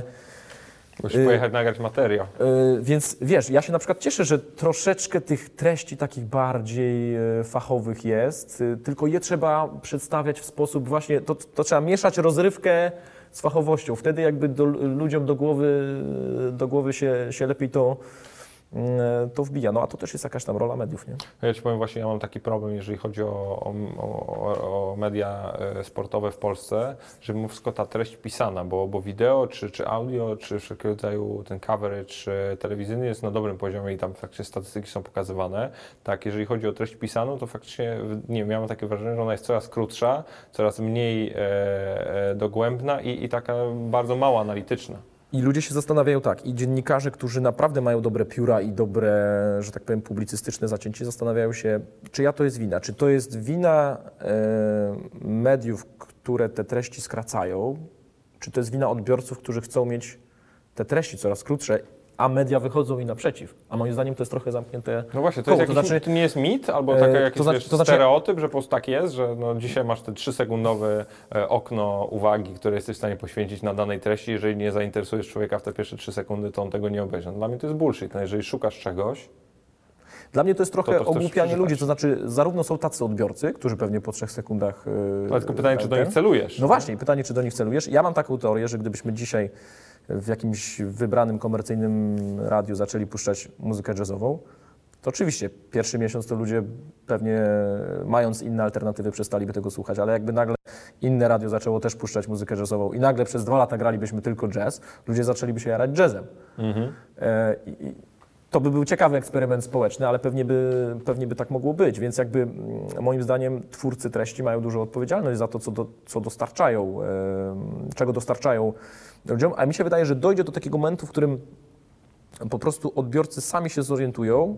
Musisz pojechać yy, nagrać materiał. Yy, więc wiesz, ja się na przykład cieszę, że troszeczkę tych treści takich bardziej yy, fachowych jest, yy, tylko je trzeba przedstawiać w sposób właśnie, to, to trzeba mieszać rozrywkę z fachowością. Wtedy jakby do, ludziom do głowy, do głowy się, się lepiej to, yy, to wbija. No a to też jest jakaś tam rola mediów, nie? Ja Ci powiem właśnie, ja mam taki problem, jeżeli chodzi o, o, o, o media sportowe w Polsce, że mimo wszystko ta treść pisana, bo, bo wideo, czy, czy audio, czy wszelkiego rodzaju ten coverage telewizyjny jest na dobrym poziomie i tam faktycznie statystyki są pokazywane. Tak, jeżeli chodzi o treść pisaną, to faktycznie, nie wiem, miałem takie wrażenie, że ona jest coraz krótsza, coraz mniej e, e, dogłębna i, i taka bardzo mało analityczna. I ludzie się zastanawiają tak, i dziennikarze, którzy naprawdę mają dobre pióra i dobre, że tak powiem, publicystyczne zacięcie, zastanawiają się, czyja to jest wina. Czy to jest wina e, mediów, które te treści skracają, czy to jest wina odbiorców, którzy chcą mieć te treści coraz krótsze, a media wychodzą im naprzeciw. A moim zdaniem to jest trochę zamknięte No właśnie, to, koło. jest jakiś, to, znaczy, to nie jest mit, albo taka jakiś to znaczy, wiesz, to znaczy, stereotyp, że po prostu tak jest, że no dzisiaj masz te trzysekundowe okno uwagi, które jesteś w stanie poświęcić na danej treści. Jeżeli nie zainteresujesz człowieka w te pierwsze trzy sekundy, to on tego nie obejrzy. No, dla mnie to jest bullshit. No, jeżeli szukasz czegoś... Dla mnie to jest trochę to, to ogłupianie ludzi, to znaczy zarówno są tacy odbiorcy, którzy pewnie po trzech sekundach... Yy, Ale tylko pytanie, czy do nich celujesz. No właśnie, pytanie, czy do nich celujesz. Ja mam taką teorię, że gdybyśmy dzisiaj w jakimś wybranym komercyjnym radiu zaczęli puszczać muzykę jazzową, to oczywiście pierwszy miesiąc to ludzie pewnie mając inne alternatywy przestaliby tego słuchać, ale jakby nagle inne radio zaczęło też puszczać muzykę jazzową i nagle przez dwa lata gralibyśmy tylko jazz, ludzie zaczęliby się jarać jazzem. Mhm. E, i, To by był ciekawy eksperyment społeczny, ale pewnie by, pewnie by tak mogło być, więc jakby moim zdaniem twórcy treści mają dużą odpowiedzialność za to, co, do, co dostarczają, e, czego dostarczają ludziom, a mi się wydaje, że dojdzie do takiego momentu, w którym po prostu odbiorcy sami się zorientują,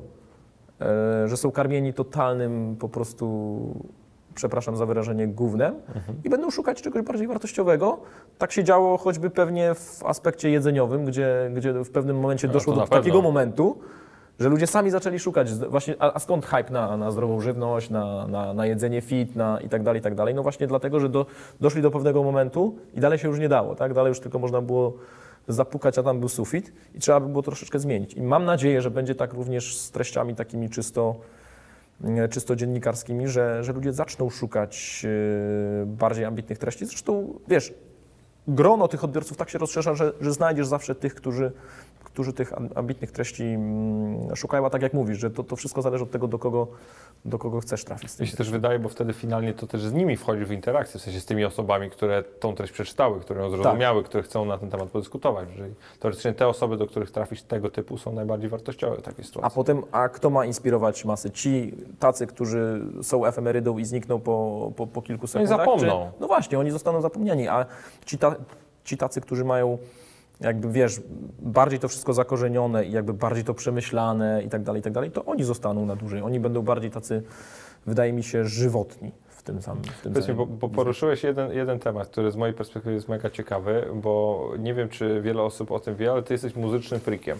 e, że są karmieni totalnym po prostu, przepraszam za wyrażenie, gównem mhm. i będą szukać czegoś bardziej wartościowego. Tak się działo choćby pewnie w aspekcie jedzeniowym, gdzie, gdzie w pewnym momencie doszło do takiego pewno. momentu, że ludzie sami zaczęli szukać właśnie, a, a skąd hype na, na zdrową żywność, na, na, na jedzenie fit, na i tak dalej, i tak dalej. No właśnie dlatego, że do, doszli do pewnego momentu i dalej się już nie dało, tak? Dalej już tylko można było zapukać, a tam był sufit i trzeba by było troszeczkę zmienić. I mam nadzieję, że będzie tak również z treściami takimi czysto czysto dziennikarskimi, że, że ludzie zaczną szukać bardziej ambitnych treści. Zresztą, wiesz, grono tych odbiorców tak się rozszerza, że, że znajdziesz zawsze tych, którzy, którzy tych ambitnych treści szukają, a tak jak mówisz, że to, to wszystko zależy od tego, do kogo, do kogo chcesz trafić. Mi się też wydaje, bo wtedy finalnie to też z nimi wchodzi w interakcję, w sensie z tymi osobami, które tą treść przeczytały, które ją zrozumiały, tak. które chcą na ten temat podyskutować. Czyli teoretycznie te osoby, do których trafisz tego typu, są najbardziej wartościowe w takiej sytuacji. A potem, a kto ma inspirować masy? Ci tacy, którzy są efemerydą i znikną po, po, po kilku sekundach? Oni zapomną. Czy, no właśnie, oni zostaną zapomniani, a ci, ta, ci tacy, którzy mają jakby, wiesz, bardziej to wszystko zakorzenione i jakby bardziej to przemyślane i tak dalej, i tak dalej, to oni zostaną na dłużej. Oni będą bardziej tacy, wydaje mi się, żywotni w tym samym. W tym Powiedz mi, bo, bo poruszyłeś jeden, jeden temat, który z mojej perspektywy jest mega ciekawy, bo nie wiem, czy wiele osób o tym wie, ale ty jesteś muzycznym freakiem.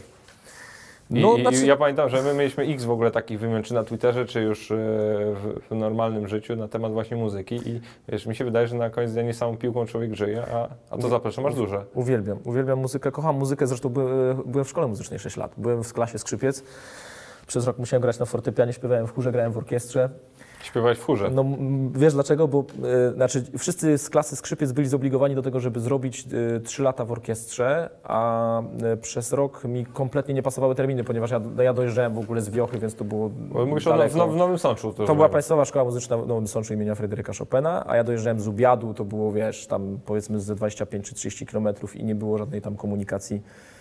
I, no, i, znaczy... I ja pamiętam, że my mieliśmy x w ogóle takich wymian, czy na Twitterze, czy już w, w normalnym życiu na temat właśnie muzyki i wiesz, mi się wydaje, że na koniec dnia nie samą piłką człowiek żyje, a, a to zapraszam, masz duże. Uwielbiam, uwielbiam muzykę, kocham muzykę, zresztą byłem, byłem w szkole muzycznej sześć lat, byłem w klasie skrzypiec, przez rok musiałem grać na fortepianie, śpiewałem w chórze, grałem w orkiestrze. Śpiewałeś w chórze? No wiesz dlaczego? Bo e, znaczy wszyscy z klasy skrzypiec byli zobligowani do tego, żeby zrobić e, trzy lata w orkiestrze, a e, przez rok mi kompletnie nie pasowały terminy, ponieważ ja, ja dojeżdżałem w ogóle z Wiochy, więc to było Bo mówisz daleko. o w, w Nowym Sączu. To, to była Państwowa Szkoła Muzyczna w Nowym Sączu imienia Fryderyka Chopina, a ja dojeżdżałem z Ubiadu, to było, wiesz, tam powiedzmy ze dwadzieścia pięć czy trzydzieści kilometrów i nie było żadnej tam komunikacji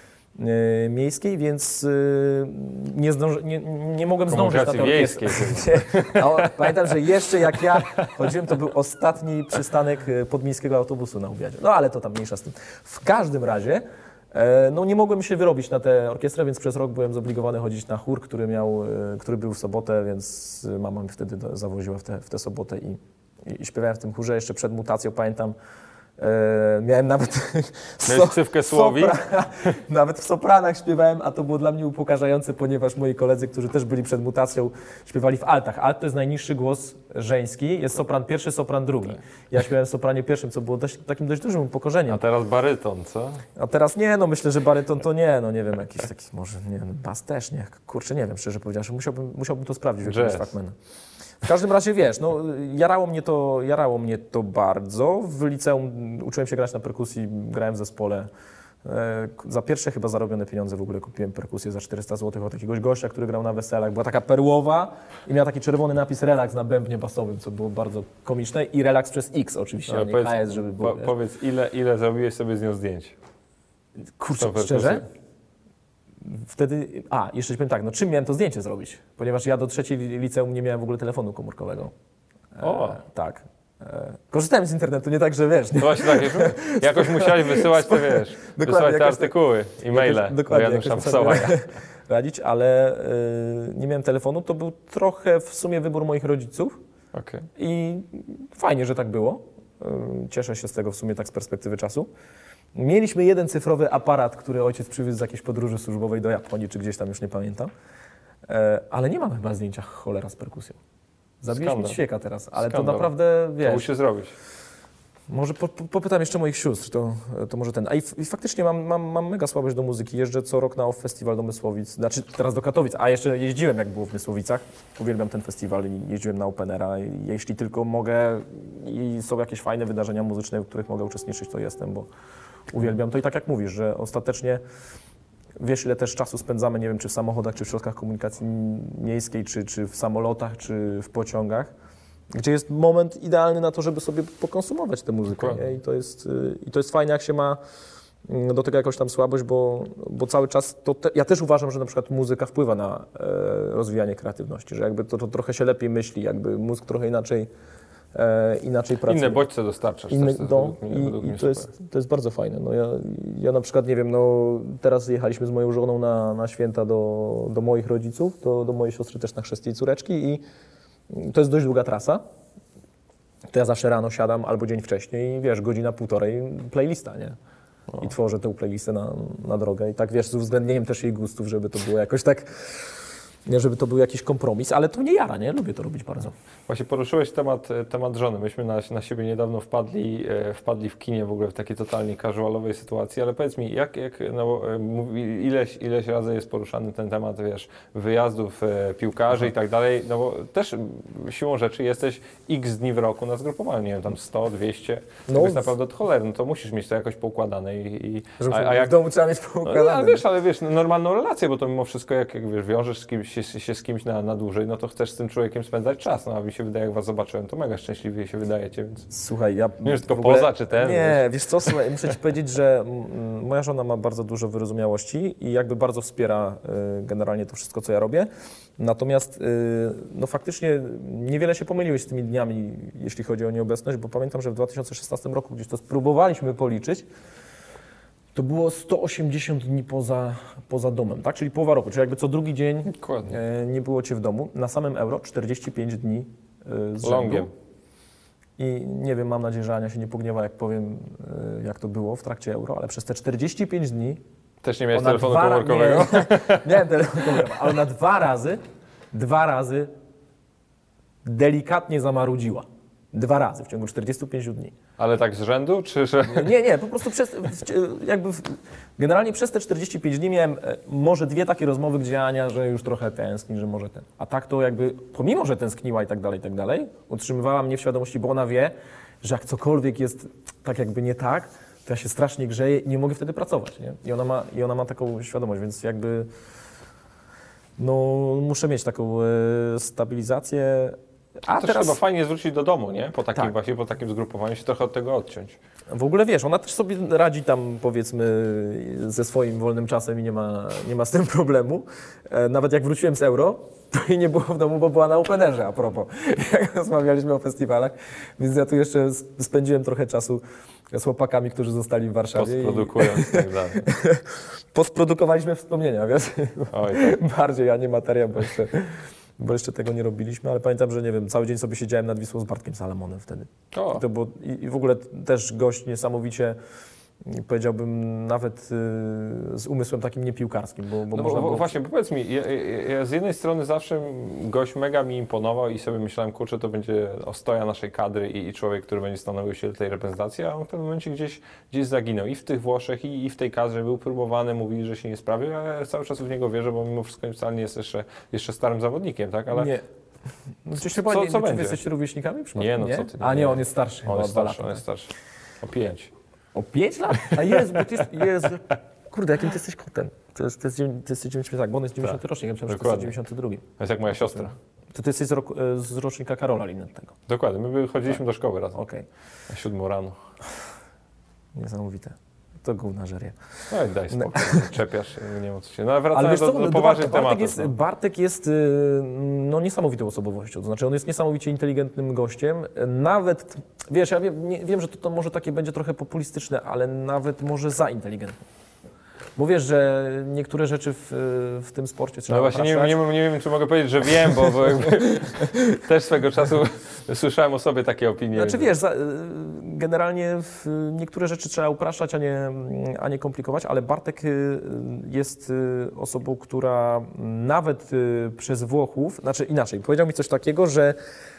Yy, miejskiej, więc yy, nie, zdąży, nie, nie mogłem zdążyć na tę orkiestrę. Pamiętam, że jeszcze jak ja chodziłem, to był ostatni przystanek podmiejskiego autobusu na Ubiadzie. No ale to tam mniejsza z tym. W każdym razie e, no, nie mogłem się wyrobić na tę orkiestrę, więc przez rok byłem zobligowany chodzić na chór, który, miał, e, który był w sobotę, więc mama mnie wtedy do, zawoziła w tę w tę sobotę i, i, i śpiewałem w tym chórze. Jeszcze przed mutacją pamiętam, E, miałem nawet so, ksywkę Słowik. Sopra, nawet w sopranach śpiewałem, a to było dla mnie upokarzające, ponieważ moi koledzy, którzy też byli przed mutacją, śpiewali w altach. Alt to jest najniższy głos żeński, jest sopran pierwszy, sopran drugi. Ja śpiewałem w sopranie pierwszym, co było dość, takim dość dużym upokorzeniem. A teraz baryton, co? A teraz nie, no myślę, że baryton to nie, no nie wiem, jakiś taki może, nie wiem, bas też nie, kurczę, nie wiem, szczerze powiedziawszy, musiałbym, musiałbym to sprawdzić w jakimś Facmana. W każdym razie, wiesz, no, jarało mnie to, jarało mnie to bardzo. W liceum uczyłem się grać na perkusji, grałem w zespole. E, za pierwsze chyba zarobione pieniądze w ogóle kupiłem perkusję za czterysta złotych od jakiegoś gościa, który grał na weselach. Była taka perłowa i miała taki czerwony napis relaks na bębnie basowym, co było bardzo komiczne. I relaks przez X oczywiście, no, a nie powiedz, K S, żeby było. Po, powiedz, ile, ile zrobiłeś sobie z nią zdjęć? Kurczę, szczerze? Wtedy, a, jeszcze powiem tak, no czym miałem to zdjęcie zrobić? Ponieważ ja do trzeciej liceum nie miałem w ogóle telefonu komórkowego. O! E, tak. E, korzystałem z internetu, nie tak, że wiesz. Nie? No właśnie tak, jakoś musiałeś wysyłać te, wiesz, wysyłać te artykuły, e-maile. Dokładnie, radzić, ale e, nie miałem telefonu, to był trochę w sumie wybór moich rodziców. Okay. I fajnie, że tak było. E, cieszę się z tego w sumie tak z perspektywy czasu. Mieliśmy jeden cyfrowy aparat, który ojciec przywiózł z jakiejś podróży służbowej do Japonii, czy gdzieś tam, już nie pamiętam. E, ale nie mam chyba zdjęcia cholera z perkusją. Zabiliśmy ćwieka teraz, ale Skandal. To naprawdę, wiesz... To musi zrobić. Może po, po, popytam jeszcze moich sióstr, to, to może ten. A i, i faktycznie mam, mam, mam mega słabość do muzyki. Jeżdżę co rok na Off Festiwal do Mysłowic, znaczy teraz do Katowic, a jeszcze jeździłem jak było w Mysłowicach. Uwielbiam ten festiwal i jeździłem na Openera. Jeśli tylko mogę i są jakieś fajne wydarzenia muzyczne, w których mogę uczestniczyć, to jestem, bo uwielbiam to. I tak jak mówisz, że ostatecznie wiesz, ile też czasu spędzamy, nie wiem, czy w samochodach, czy w środkach komunikacji miejskiej, czy, czy w samolotach, czy w pociągach, gdzie jest moment idealny na to, żeby sobie pokonsumować tę muzykę. I to jest, i to jest fajne, jak się ma do tego jakąś tam słabość, bo, bo cały czas to te, ja też uważam, że na przykład muzyka wpływa na e, rozwijanie kreatywności, że jakby to, to trochę się lepiej myśli, jakby mózg trochę inaczej e, inaczej pracuje. Inne bodźce dostarczasz. Inny, też, no, i, i to, jest, to jest bardzo fajne. No ja, ja na przykład, nie wiem, no teraz jechaliśmy z moją żoną na, na święta do, do moich rodziców, do, do mojej siostry też na chrzest jej córeczki i to jest dość długa trasa. To ja zawsze rano siadam albo dzień wcześniej i wiesz, godzina, półtorej playlista, nie? I tworzę tę playlistę na, na drogę i tak wiesz, z uwzględnieniem też jej gustów, żeby to było jakoś tak nie, żeby to był jakiś kompromis, ale to nie jara, nie? Lubię to robić bardzo. Właśnie poruszyłeś temat, temat żony. Myśmy na, na siebie niedawno wpadli, e, wpadli w kinie w ogóle w takiej totalnie casualowej sytuacji, ale powiedz mi, jak, jak no, mówi, ileś, ileś razy jest poruszany ten temat, wiesz, wyjazdów e, piłkarzy i tak dalej, no bo też siłą rzeczy jesteś x dni w roku na zgrupowaniu, nie wiem, tam sto, dwieście, no, to jest naprawdę od cholery, no to musisz mieć to jakoś poukładane i... i a, a jak w domu trzeba mieć poukładane. No, ale wiesz, ale wiesz, normalną relację, bo to mimo wszystko, jak, jak wiesz, wiążesz z kimś, się, się z kimś na, na dłużej, no to chcesz z tym człowiekiem spędzać czas, no a mi się wydaje, jak was zobaczyłem, to mega szczęśliwie się wydajecie, więc... Słuchaj, ja... Nie wiem, tylko ogóle, poza czy ten? Nie, wiesz, wiesz co, słuchaj, muszę ci powiedzieć, że mm, moja żona ma bardzo dużo wyrozumiałości i jakby bardzo wspiera y, generalnie to wszystko, co ja robię. Natomiast y, no faktycznie niewiele się pomyliłeś z tymi dniami, jeśli chodzi o nieobecność, bo pamiętam, że w dwa tysiące szesnastym roku gdzieś to spróbowaliśmy policzyć, to było sto osiemdziesiąt dni poza, poza domem, tak? Czyli połowa roku, czyli jakby co drugi dzień e, nie było cię w domu. Na samym Euro czterdzieści pięć dni e, z rzędu. Longiem. I nie wiem, mam nadzieję, że Ania się nie pogniewa, jak powiem, e, jak to było w trakcie Euro, ale przez te czterdzieści pięć dni... Też nie miałeś ona telefonu dwa, komórkowego? Nie, miałem telefon komórkowy, ale ona dwa razy, dwa razy delikatnie zamarudziła. Dwa razy w ciągu czterdziestu pięciu dni. Ale tak z rzędu, czy że... Nie, nie, po prostu przez, jakby w, generalnie przez te czterdzieści pięć dni miałem może dwie takie rozmowy, gdzie Ania, że już trochę tęskni, że może ten. A tak to jakby, pomimo, że tęskniła i tak dalej, i tak dalej, utrzymywała mnie w świadomości, bo ona wie, że jak cokolwiek jest tak jakby nie tak, to ja się strasznie grzeję i nie mogę wtedy pracować, nie? I ona ma, i ona ma taką świadomość, więc jakby no muszę mieć taką e, stabilizację. A też teraz chyba fajnie zwrócić do domu, nie? Po takim tak. właśnie, po takim zgrupowaniu się trochę od tego odciąć. W ogóle wiesz, ona też sobie radzi tam powiedzmy ze swoim wolnym czasem i nie ma, nie ma z tym problemu. Nawet jak wróciłem z Euro, to jej nie było w domu, bo była na Openerze, a propos, jak rozmawialiśmy o festiwalach. Więc ja tu jeszcze spędziłem trochę czasu z chłopakami, którzy zostali w Warszawie. Postprodukując i tak dalej. Postprodukowaliśmy wspomnienia, wiesz? Oj, tak. Bardziej, a nie materiał, bo jeszcze... bo jeszcze tego nie robiliśmy, ale pamiętam, że nie wiem, cały dzień sobie siedziałem nad Wisłą z Bartkiem Salamonem wtedy. O. I, to było, i, I w ogóle też gość niesamowicie, powiedziałbym, nawet y, z umysłem takim niepiłkarskim, bo, bo no można bo, było... Właśnie, powiedz mi, ja, ja z jednej strony zawsze gość mega mi imponował i sobie myślałem, kurczę, to będzie ostoja naszej kadry i, i człowiek, który będzie stanowił się tej reprezentacji, a on w pewnym momencie gdzieś, gdzieś zaginął. I w tych Włoszech, i, i w tej kadrze był próbowany, mówili, że się nie sprawił, a ja cały czas w niego wierzę, bo mimo wszystko wcale nie jest jeszcze, jeszcze starym zawodnikiem, tak? Ale nie. No, co, chyba, co, nie, co czy będzie? wy jesteście rówieśnikami? Nie, no co ty. A nie, on jest starszy. On jest dwa starszy, lata, on jest starszy. O pięć. O pięć lat? A jest, bo ty jest, jest... Kurde, jakim ty jesteś kotem? To jest, to jest, ty jesteś dziewięćdziesiąty, tak, bo on jest dziewięćdziesiąty tak, rocznik, ja myślałem, że to jest dziewięćdziesiąty drugi. To jest jak moja siostra. To ty jesteś z, roku, z rocznika Karola Linnettego. Dokładnie, my chodziliśmy tak. do szkoły razem. Okej. Okay. Na siódmą rano. Niesamowite. To gówna żerie. No i daj spokój, no. Czepiasz, nie wiem o co się... No ale wracając ale wiesz do, co, do poważnych Bartek tematów. Jest, no. Bartek jest no, niesamowitą osobowością, to znaczy on jest niesamowicie inteligentnym gościem, nawet, wiesz, ja wiem, nie, wiem że to, to może takie będzie trochę populistyczne, ale nawet może za inteligentny. Bo wiesz, że niektóre rzeczy w, w tym sporcie trzeba No właśnie nie, nie, nie wiem, czy mogę powiedzieć, że wiem, bo, bo jakby też swego czasu słyszałem o sobie takie opinie. Znaczy wiesz, za, generalnie niektóre rzeczy trzeba upraszczać, a nie, a nie komplikować, ale Bartek jest osobą, która nawet przez Włochów, znaczy inaczej, powiedział mi coś takiego, że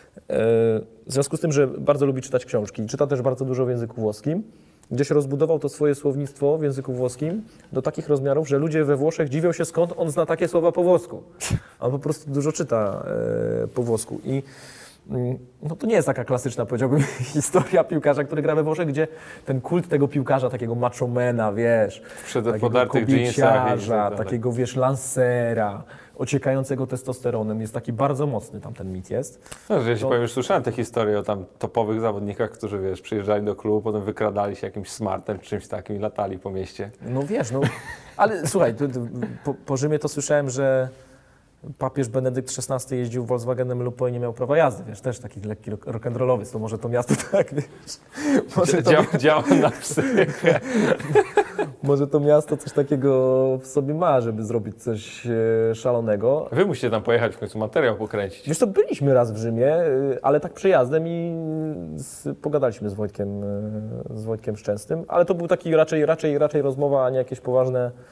w związku z tym, że bardzo lubi czytać książki, czyta też bardzo dużo w języku włoskim, gdzieś rozbudował to swoje słownictwo w języku włoskim do takich rozmiarów, że ludzie we Włoszech dziwią się, skąd on zna takie słowa po włosku. On po prostu dużo czyta e, po włosku. I no to nie jest taka klasyczna, powiedziałbym, historia piłkarza, który gra we Włoszech, gdzie ten kult tego piłkarza, takiego machomana, wiesz, takiego kobieciarza, takiego, wiesz, lansera, ociekającego testosteronem, jest taki bardzo mocny, tam ten mit jest. No, że ja ci to... powiem, już słyszałem te historie o tam topowych zawodnikach, którzy, wiesz, przyjeżdżali do klubu, potem wykradali się jakimś smartem czy czymś takim i latali po mieście. No wiesz, no, ale słuchaj, to, to, po, po Rzymie to słyszałem, że papież Benedykt szesnasty jeździł Volkswagenem Lupo i nie miał prawa jazdy, wiesz, też taki lekki rock'n'rollowiec, to może to miasto tak, wiesz, może to... Działa, działa na psychikę. Może to miasto coś takiego w sobie ma, żeby zrobić coś szalonego. Wy musicie tam pojechać, w końcu materiał pokręcić. Wiesz co, byliśmy raz w Rzymie, ale tak przejazdem i z, pogadaliśmy z Wojtkiem, z Wojtkiem Szczęsnym, ale to był taki raczej, raczej, raczej rozmowa, a nie jakieś poważne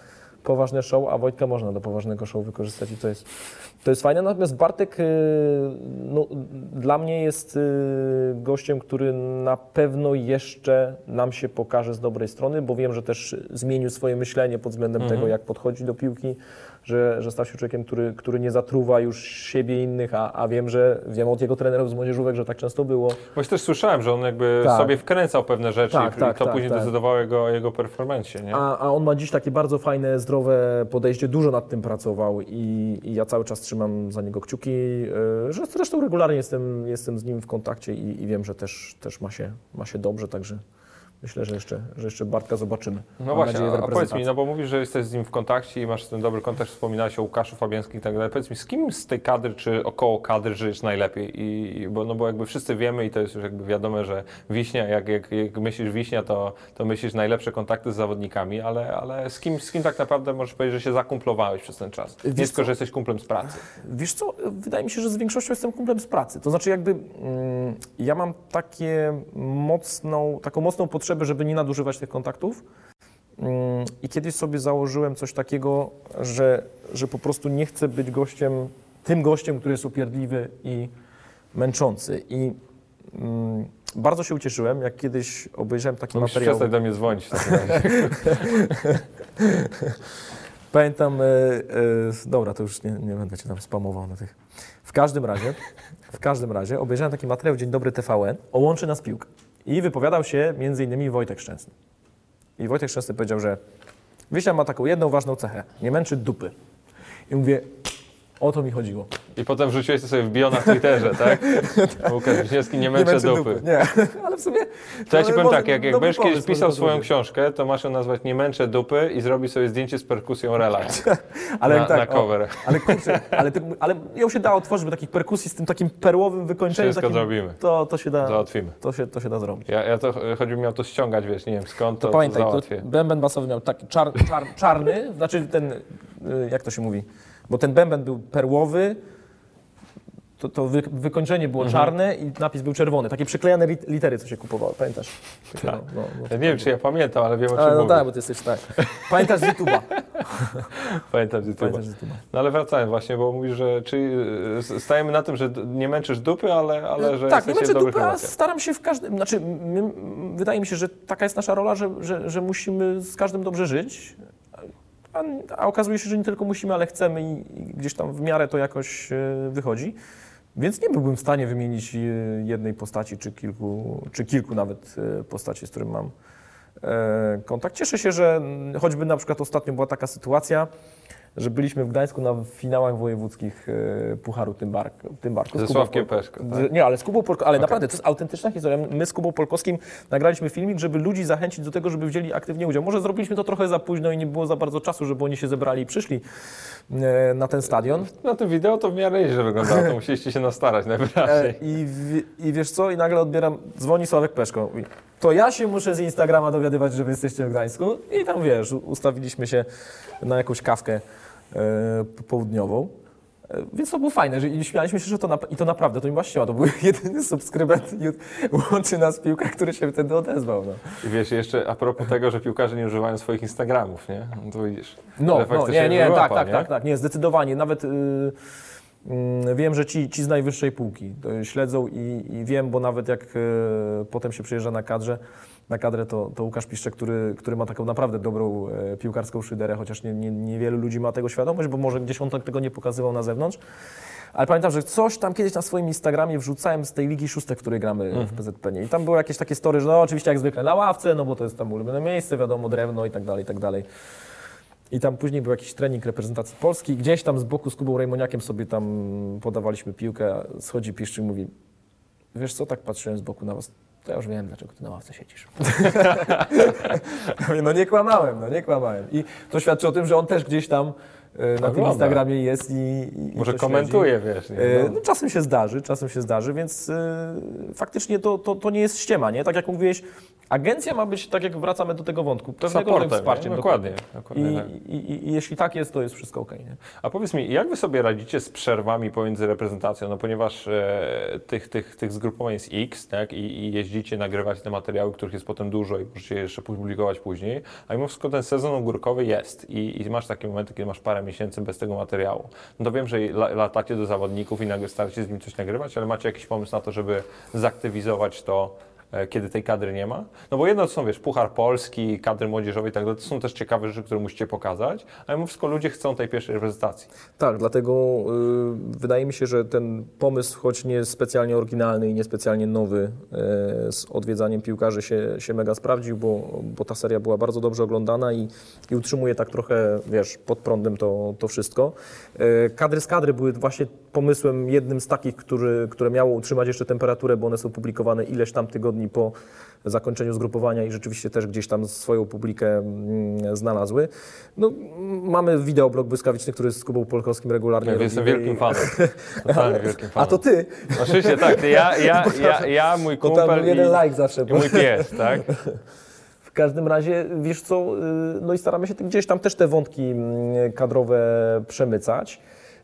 poważne show, a Wojtka można do poważnego show wykorzystać i to jest, to jest fajne. Natomiast Bartek no, dla mnie jest gościem, który na pewno jeszcze nam się pokaże z dobrej strony, bo wiem, że też zmienił swoje myślenie pod względem mhm. tego, jak podchodzi do piłki, że, że stał się człowiekiem, który, który nie zatruwa już siebie i innych, a, a wiem, że wiem od jego trenerów z młodzieżówek, że tak często było. Właśnie też słyszałem, że on jakby tak. sobie wkręcał pewne rzeczy tak, i, tak, i to tak, później tak. decydowało o jego, jego performancie. Nie? A, a on ma dziś takie bardzo fajne, zdrowe podejście, dużo nad tym pracował i, i ja cały czas trzymam za niego kciuki, że zresztą regularnie jestem, jestem z nim w kontakcie i, i wiem, że też, też ma, się, ma się dobrze, także myślę, że jeszcze, że jeszcze Bartka zobaczymy. No Mam właśnie, nadzieję, a powiedz mi, no bo mówisz, że jesteś z nim w kontakcie i masz ten dobry kontakt, wspominałeś o Łukaszu Fabiańskim i tak dalej. Powiedz mi, z kim z tej kadry, czy około kadry żyjesz najlepiej? I, i, bo, no bo jakby wszyscy wiemy i to jest już jakby wiadome, że Wiśnia, jak, jak, jak myślisz Wiśnia, to, to myślisz najlepsze kontakty z zawodnikami, ale, ale z, kim, z kim tak naprawdę możesz powiedzieć, że się zakumplowałeś przez ten czas? Nie tylko, że jesteś kumplem z pracy. Wiesz co, wydaje mi się, że z większością jestem kumplem z pracy. To znaczy jakby mm, ja mam takie mocną, taką mocną potrzebę, żeby nie nadużywać tych kontaktów i kiedyś sobie założyłem coś takiego, że, że po prostu nie chcę być gościem, tym gościem, który jest upierdliwy i męczący i mm, bardzo się ucieszyłem, jak kiedyś obejrzałem taki no materiał. Przestań do mnie dzwonić. Pamiętam, e, e, dobra, to już nie, nie będę cię tam spamował na tych. W każdym razie, w każdym razie obejrzałem taki materiał Dzień Dobry T V N o Łączy Nas Piłka. I wypowiadał się między innymi Wojtek Szczęsny. I Wojtek Szczęsny powiedział, że Wiśnia ma taką jedną ważną cechę, nie męczy dupy. I mówię, o to mi chodziło. I potem wrzuciłeś to sobie w bio na Twitterze, tak? Łukasz Wiśniewski nie męczy, nie męczy dupy. dupy. Nie, ale w sumie... To ja ci powiem tak, jak, jak będziesz kiedyś pisał swoją książkę, to masz ją nazwać Nie męczę dupy i zrobić sobie zdjęcie z perkusją relaks ale na, tak, na cover. O, ale kurczę, ale, to, ale ją się da otworzyć, bo takich perkusji z tym takim perłowym wykończeniem. Wszystko takim, zrobimy. To, to się da... Załatwimy. To się, to się da zrobić. Ja, ja to, choćbym miał to ściągać, wiesz, nie wiem skąd, to, to pamiętaj, to załatwię. To bęben basowy miał taki czar, czar, czarny, znaczy ten, jak to się mówi, bo ten bęben był perłowy, to, to wy, wykończenie było mhm. czarne i napis był czerwony. Takie przyklejane litery, co się kupowało, pamiętasz? Takie, tak. no, no, no, ja nie wiem, czy ja pamiętam, ale wiem, o czym ale, no mówię. tak, bo ty jesteś tak. Pamiętasz z YouTube'a? Pamiętam z YouTube'a. No ale wracając właśnie, bo mówisz, że czyli stajemy na tym, że nie męczysz dupy, ale, ale że tak, nie męczę dupy, a relacjach. staram się w każdym, znaczy my, wydaje mi się, że taka jest nasza rola, że, że, że musimy z każdym dobrze żyć. A, a okazuje się, że nie tylko musimy, ale chcemy i, i gdzieś tam w miarę to jakoś wychodzi. Więc nie byłbym w stanie wymienić jednej postaci, czy kilku, czy kilku nawet postaci, z którym mam kontakt. Cieszę się, że choćby na przykład ostatnio była taka sytuacja, że byliśmy w Gdańsku na finałach wojewódzkich Pucharu Tymbark, Tymbarku. Ze Sławkiem Peszko, tak? Nie, ale z Kubą Polkowskim, ale okay. naprawdę to jest autentyczna historia. My z Kubą Polkowskim nagraliśmy filmik, żeby ludzi zachęcić do tego, żeby wzięli aktywnie udział. Może zrobiliśmy to trochę za późno i nie było za bardzo czasu, żeby oni się zebrali i przyszli na ten stadion. Na tym wideo to w miarę nieźle wyglądało, to musieliście się nastarać najwyraźniej. I, I wiesz co, i nagle odbieram, dzwoni Sławek Peszko. To ja się muszę z Instagrama dowiadywać, że wy jesteście w Gdańsku i tam wiesz, ustawiliśmy się na jakąś kawkę e, południową, e, więc to było fajne, że i śmialiśmy się, że to na, i to naprawdę, to mi właśnie to był jedyny subskrybent Łączy Nas Piłka, który się wtedy odezwał. No. I wiesz, jeszcze a propos tego, że piłkarze nie używają swoich Instagramów, nie? No to widzisz. No, no nie, nie, wyłapa, tak, tak, nie? tak, tak, nie, zdecydowanie, nawet... Yy, Wiem, że ci, ci z najwyższej półki śledzą i, i wiem, bo nawet jak e, potem się przyjeżdża na kadrze, na kadrę, to, to Łukasz Piszczek, który, który ma taką naprawdę dobrą e, piłkarską szyderę, chociaż nie, nie, niewielu ludzi ma tego świadomość, bo może gdzieś on tego nie pokazywał na zewnątrz. Ale pamiętam, że coś tam kiedyś na swoim Instagramie wrzucałem z tej Ligi Szóstek, w której gramy mhm. w P Z P N. I tam było jakieś takie story, że no oczywiście jak zwykle na ławce, no bo to jest tam ulubione miejsce, wiadomo, drewno i tak dalej, i tak dalej. I tam później był jakiś trening reprezentacji Polski. Gdzieś tam z boku z Kubą Rejmoniakiem sobie tam podawaliśmy piłkę. Schodzi Piszczyk i mówi, wiesz co, tak patrzyłem z boku na was, to ja już wiem, dlaczego ty na ławce siedzisz. No nie kłamałem, no nie kłamałem. I to świadczy o tym, że on też gdzieś tam na tym Instagramie jest i, i może komentuje, wiesz. Nie? No. No, czasem się zdarzy, czasem się zdarzy, więc y, faktycznie to, to, to nie jest ściema, nie? Tak jak mówiłeś, agencja ma być, tak jak wracamy do tego wątku, pewnego rodzaju wsparciem. Dokładnie. dokładnie I, tak. i, i, I jeśli tak jest, to jest wszystko okej. Okay, a powiedz mi, jak wy sobie radzicie z przerwami pomiędzy reprezentacją? No ponieważ e, tych, tych, tych zgrupowań jest X, tak? I, i jeździcie, nagrywać te materiały, których jest potem dużo i możecie je jeszcze publikować później, a mimo wszystko ten sezon ogórkowy jest i, i masz takie momenty, kiedy masz parę miesięcy bez tego materiału. No to wiem, że latacie do zawodników i nagle staracie z nim coś nagrywać, ale macie jakiś pomysł na to, żeby zaktywizować to, kiedy tej kadry nie ma? No bo jedno to są, wiesz, Puchar Polski, kadry młodzieżowe i tak dalej, to są też ciekawe rzeczy, które musicie pokazać, ale mimo wszystko ludzie chcą tej pierwszej reprezentacji. Tak, dlatego y, wydaje mi się, że ten pomysł, choć nie specjalnie oryginalny i niespecjalnie nowy, y, z odwiedzaniem piłkarzy się, się mega sprawdził, bo, bo ta seria była bardzo dobrze oglądana i, i utrzymuje tak trochę, wiesz, pod prądem to, to wszystko. Y, kadry z kadry były właśnie pomysłem jednym z takich, który, które miało utrzymać jeszcze temperaturę, bo one są publikowane ileś tam tygodni po zakończeniu zgrupowania i rzeczywiście też gdzieś tam swoją publikę mm, znalazły. No, mamy wideoblog błyskawiczny, który z Kubą Polkowskim regularnie ja robi. Jestem wielkim fanem. Totalnie wielkim fanem. A to ty? Oczywiście tak, ja, ja, ja, ja mój kumpel tam jeden i, like zawsze, i mój pies, tak? W każdym razie, wiesz co, no i staramy się gdzieś tam też te wątki kadrowe przemycać.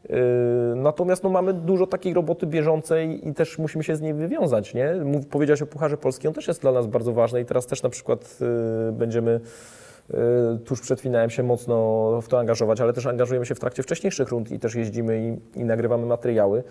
Natomiast no, mamy dużo takiej roboty bieżącej i też musimy się z niej wywiązać, nie? Mów, powiedziałeś o Pucharze Polskim, on też jest dla nas bardzo ważny i teraz też na przykład y, będziemy y, tuż przed finałem się mocno w to angażować, ale też angażujemy się w trakcie wcześniejszych rund i też jeździmy i, i nagrywamy materiały.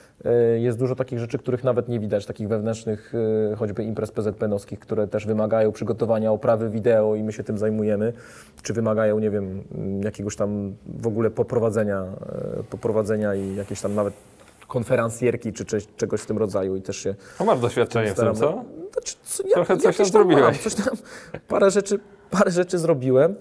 Y, jest dużo takich rzeczy, których nawet nie widać, takich wewnętrznych, y, choćby imprez P Z P N-owskich, które też wymagają przygotowania oprawy wideo i my się tym zajmujemy, czy wymagają, nie wiem, jakiegoś tam w ogóle poprowadzenia, y, poprowadzenia i jakieś tam nawet konferencjerki, czy cze- czegoś w tym rodzaju i też się... A masz doświadczenie w tym, co? Znaczy, co ja, Trochę coś tam tam zrobiłeś. Mam, coś tam, parę, rzeczy, parę rzeczy zrobiłem.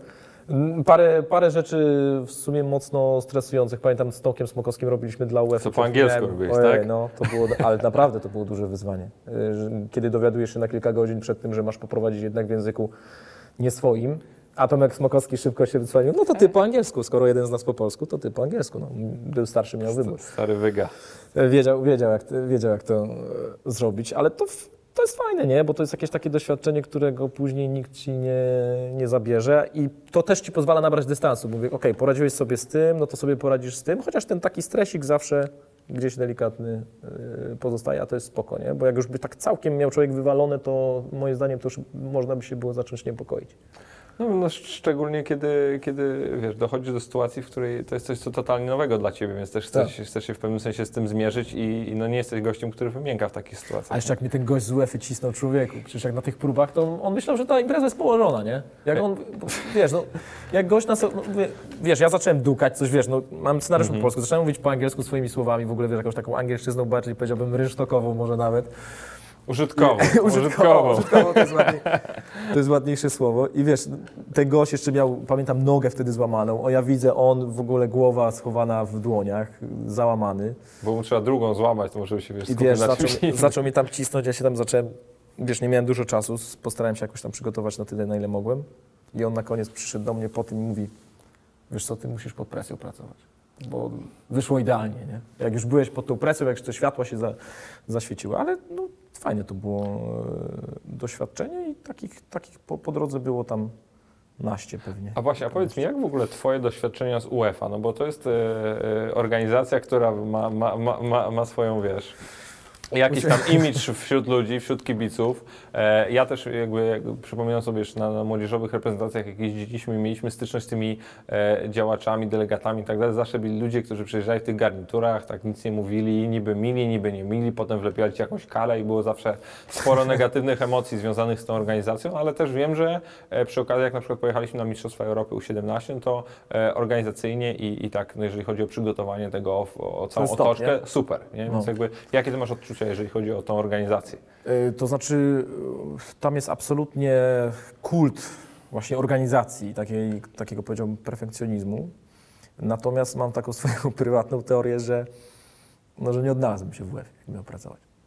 Parę, parę rzeczy w sumie mocno stresujących. Pamiętam, z Tomkiem Smokowskim robiliśmy dla UEFA. Co po angielsku robiłeś, tak? No, to było, ale naprawdę to było duże wyzwanie. Kiedy dowiadujesz się na kilka godzin przed tym, że masz poprowadzić jednak w języku nie swoim, a Tomek Smokowski szybko się wycwanił, no to ty po angielsku, skoro jeden z nas po polsku, to ty po angielsku. No, był starszy, miał wybór. Stary wyga. Wiedział, wiedział, jak, wiedział jak to zrobić, ale to... To jest fajne, nie? Bo to jest jakieś takie doświadczenie, którego później nikt ci nie, nie zabierze i to też ci pozwala nabrać dystansu. Mówię, okej, poradziłeś sobie z tym, no to sobie poradzisz z tym, chociaż ten taki stresik zawsze gdzieś delikatny yy, pozostaje, a to jest spoko, nie? Bo jak już by tak całkiem miał człowiek wywalone, to moim zdaniem to już można by się było zacząć niepokoić. No, no szczególnie kiedy, kiedy wiesz, dochodzisz do sytuacji, w której to jest coś co totalnie nowego dla ciebie, więc też chcesz, tak. chcesz się w pewnym sensie z tym zmierzyć i, i no nie jesteś gościem, który wymięka w takich sytuacjach. A jeszcze jak mnie ten gość z UEFA cisnął, człowieku, przecież jak na tych próbach, to on myślał, że ta impreza jest położona, nie? Jak on, wiesz, no, jak gość nas, no, wiesz, ja zacząłem dukać, coś, wiesz, no, mam scenariusz mm-hmm. po polsku, zacząłem mówić po angielsku swoimi słowami, w ogóle, wiesz, jakąś taką angielszczyzną bardziej, powiedziałbym rynsztokową może nawet. Użytkowo. Użytkowo. Użytkowo to, jest ładniej, to jest ładniejsze słowo. I wiesz, ten gość jeszcze miał, pamiętam, nogę wtedy złamaną. O, ja widzę, on w ogóle głowa schowana w dłoniach, załamany. Bo mu trzeba drugą złamać, to może się, wiesz, I wiesz, zaczął, zaczął mnie tam cisnąć, ja się tam zacząłem, wiesz, nie miałem dużo czasu, postarałem się jakoś tam przygotować na tyle, na ile mogłem. I on na koniec przyszedł do mnie po tym i mówi, wiesz co, ty musisz pod presją pracować. Bo wyszło idealnie, nie? Jak już byłeś pod tą presją, jak już te światła się za, zaświeciły, ale no, fajne to było e, doświadczenie i takich, takich po, po drodze było tam naście pewnie. A właśnie, a powiedz mi, jak w ogóle twoje doświadczenia z UEFA, no bo to jest e, e, organizacja, która ma, ma, ma, ma, ma swoją, wiesz, jakiś tam imidż wśród ludzi, wśród kibiców. E, ja też jakby, jakby przypominam sobie, że na, na młodzieżowych reprezentacjach, jak jeździliśmy, mieliśmy styczność z tymi e, działaczami, delegatami i tak dalej. Zawsze byli ludzie, którzy przyjeżdżali w tych garniturach, tak nic nie mówili, niby mili, niby nie mili, potem wlepiali ci jakąś kalę i było zawsze sporo negatywnych emocji związanych z tą organizacją, ale też wiem, że e, przy okazji, jak na przykład pojechaliśmy na Mistrzostwa Europy U siedemnaście, to e, organizacyjnie i, i tak, no jeżeli chodzi o przygotowanie tego, o, o całą stop, otoczkę, nie? super. Nie? Więc No. jakby, jakie ty masz odczucia, jeżeli chodzi o tą organizację? To znaczy, tam jest absolutnie kult właśnie organizacji, takiej, takiego powiedziałbym perfekcjonizmu. Natomiast mam taką swoją prywatną teorię, że, no, że nie odnalazłbym się w UEFA, jak miał pracować.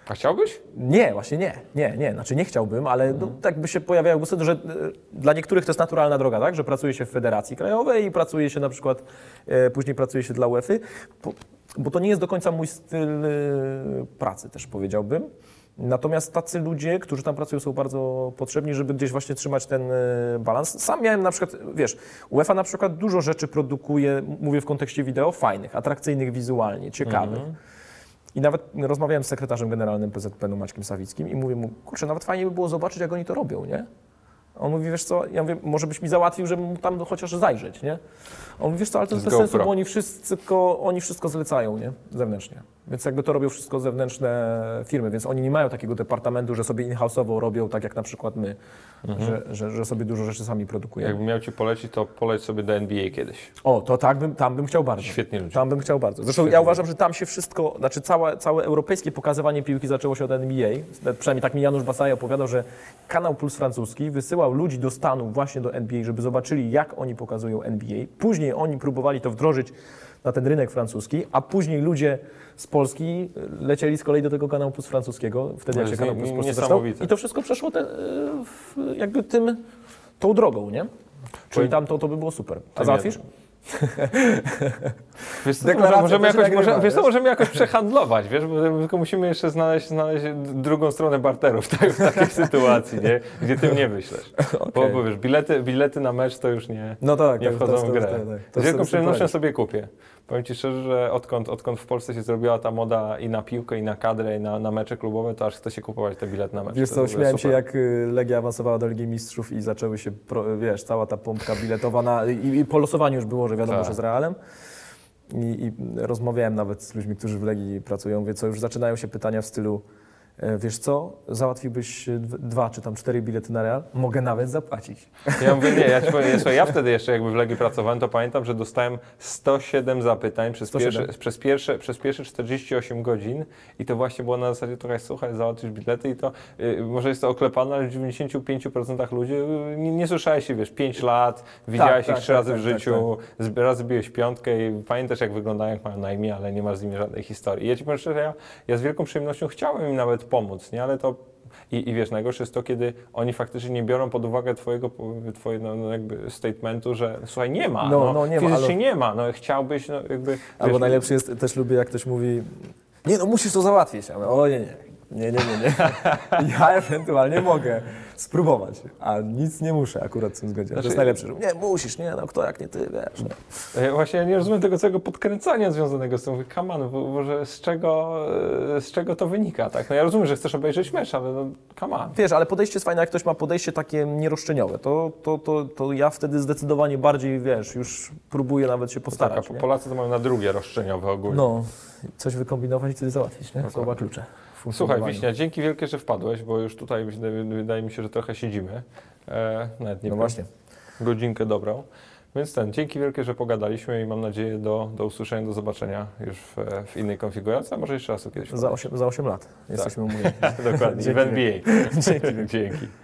A chciałbyś? Nie, właśnie nie, nie, nie, znaczy nie chciałbym, ale no, tak by się pojawiały głosy, że y, dla niektórych to jest naturalna droga, tak, że pracuje się w Federacji Krajowej i pracuje się na przykład, y, później pracuje się dla UEFA, bo, bo to nie jest do końca mój styl y, pracy też powiedziałbym. Natomiast tacy ludzie, którzy tam pracują, są bardzo potrzebni, żeby gdzieś właśnie trzymać ten y, balans. Sam miałem na przykład, wiesz, UEFA na przykład dużo rzeczy produkuje, mówię w kontekście wideo, fajnych, atrakcyjnych wizualnie, ciekawych. Mm-hmm. I nawet rozmawiałem z sekretarzem generalnym P Z P N-u Maćkiem Sawickim i mówię mu, kurczę, nawet fajnie by było zobaczyć, jak oni to robią, nie? On mówi, wiesz co, ja mówię, może byś mi załatwił, żebym mógł tam chociaż zajrzeć, nie? On mówi, wiesz co, ale to jest bez sensu, bo oni wszystko, oni wszystko zlecają, nie? Zewnętrznie. Więc jakby to robią wszystko zewnętrzne firmy, więc oni nie mają takiego departamentu, że sobie in-house'owo robią, tak jak na przykład my, mhm. że, że, że sobie dużo rzeczy sami produkujemy. Jakbym miał ci polecić, to poleć sobie do N B A kiedyś. O, to tak, bym, tam bym chciał bardzo. Świetnie ludzie. Tam bym chciał bardzo. Zresztą Świetnie. Ja uważam, że tam się wszystko, znaczy całe, całe europejskie pokazywanie piłki zaczęło się od N B A. Przynajmniej tak mi Janusz Basaj opowiadał, że Kanał Plus francuski wysyłał ludzi do Stanów właśnie do N B A, żeby zobaczyli, jak oni pokazują N B A. Później oni próbowali to wdrożyć na ten rynek francuski, a później ludzie z Polski lecieli z kolei do tego Kanału Plus francuskiego, wtedy jak się Kanał Plus Polski zaczął. I to wszystko przeszło te, jakby tym, tą drogą, nie? Czyli tam to, to by było super. A załatwisz? Wiesz co, może, możemy, jakoś, nagrywa, może, wiesz co, możemy jakoś przehandlować, wiesz, bo tylko musimy jeszcze znaleźć, znaleźć drugą stronę barteru w, tak, w takiej sytuacji, nie? Gdzie ty mnie wyślesz. Okay. Bo, bo wiesz, bilety, bilety na mecz to już nie, no tak, nie wchodzą to, w grę. To, to, to, to z wielką przyjemnością sobie kupię. Powiem ci szczerze, że odkąd, odkąd w Polsce się zrobiła ta moda i na piłkę, i na kadrę, i na, na mecze klubowe, to aż chce się kupować te bilety na mecz. Wiesz co, śmiałem się, jak Legia awansowała do Ligi Mistrzów i zaczęły się, wiesz, cała ta pompka biletowa na, i, i po losowaniu już było, że wiadomo, tak. że z Realem. I, I rozmawiałem nawet z ludźmi, którzy w Legii pracują, wie co, już zaczynają się pytania w stylu, wiesz co, załatwiłbyś dwa czy tam cztery bilety na Real? Mogę nawet zapłacić. Ja mówię, nie, ja ci powiem, słuchaj, ja wtedy jeszcze jakby w Legii pracowałem, to pamiętam, że dostałem sto siedem zapytań przez, sto siedem. Pierwsze, przez, pierwsze, przez pierwsze czterdzieści osiem godzin i to właśnie było na zasadzie trochę, słuchaj, załatwisz bilety i to yy, może jest to oklepane, ale w dziewięćdziesięciu pięciu procentach ludzi yy, nie, nie słyszałeś się, wiesz, pięć lat, widziałeś tak, ich trzy tak, razy tak, w życiu, tak, tak. raz zbiłeś piątkę i pamiętasz, jak wyglądają, jak mają na imię, ale nie masz z nimi żadnej historii. I ja ci powiem szczerze, ja, ja z wielką przyjemnością chciałem im nawet pomóc, nie? Ale to i, i wiesz, najgorsze jest to, kiedy oni faktycznie nie biorą pod uwagę twojego, twojego no, jakby statementu, że słuchaj, nie ma, no, no, no nie fizycznie ma, ale... nie ma, no chciałbyś, no jakby... Albo wiesz, najlepszy jest, też lubię, jak ktoś mówi, nie no, musisz to załatwić. Ja mówię, o nie, nie, nie, nie, nie, nie. Ja ewentualnie mogę spróbować, a nic nie muszę akurat w tym względzie. Znaczy, to jest najlepsze, że nie, musisz, nie, no kto jak nie ty, wiesz. No. Ja właśnie ja nie rozumiem tego całego podkręcania związanego z tym. Mówię, come on, bo, bo że z czego, z czego to wynika, tak? No ja rozumiem, że chcesz obejrzeć mecz, ale no, come on. Wiesz, ale podejście jest fajne, jak ktoś ma podejście takie nieroszczeniowe, to, to, to, to ja wtedy zdecydowanie bardziej, wiesz, już próbuję nawet się postarać. Tak, a Polacy to mają na drugie roszczeniowe ogólnie. No, coś wykombinować i wtedy załatwić, nie? No, słowa klucze. Słuchaj, Wiśnia, dzięki wielkie, że wpadłeś, bo już tutaj wydaje mi się, że trochę siedzimy. E, nawet nie no właśnie. Godzinkę dobrą. Więc ten, dzięki wielkie, że pogadaliśmy i mam nadzieję do, do usłyszenia, do zobaczenia już w, w innej konfiguracji, a może jeszcze raz kiedyś. Za osiem, za osiem lat jesteśmy umówieni. Dokładnie, w N B A. Dzięki. Dzięki.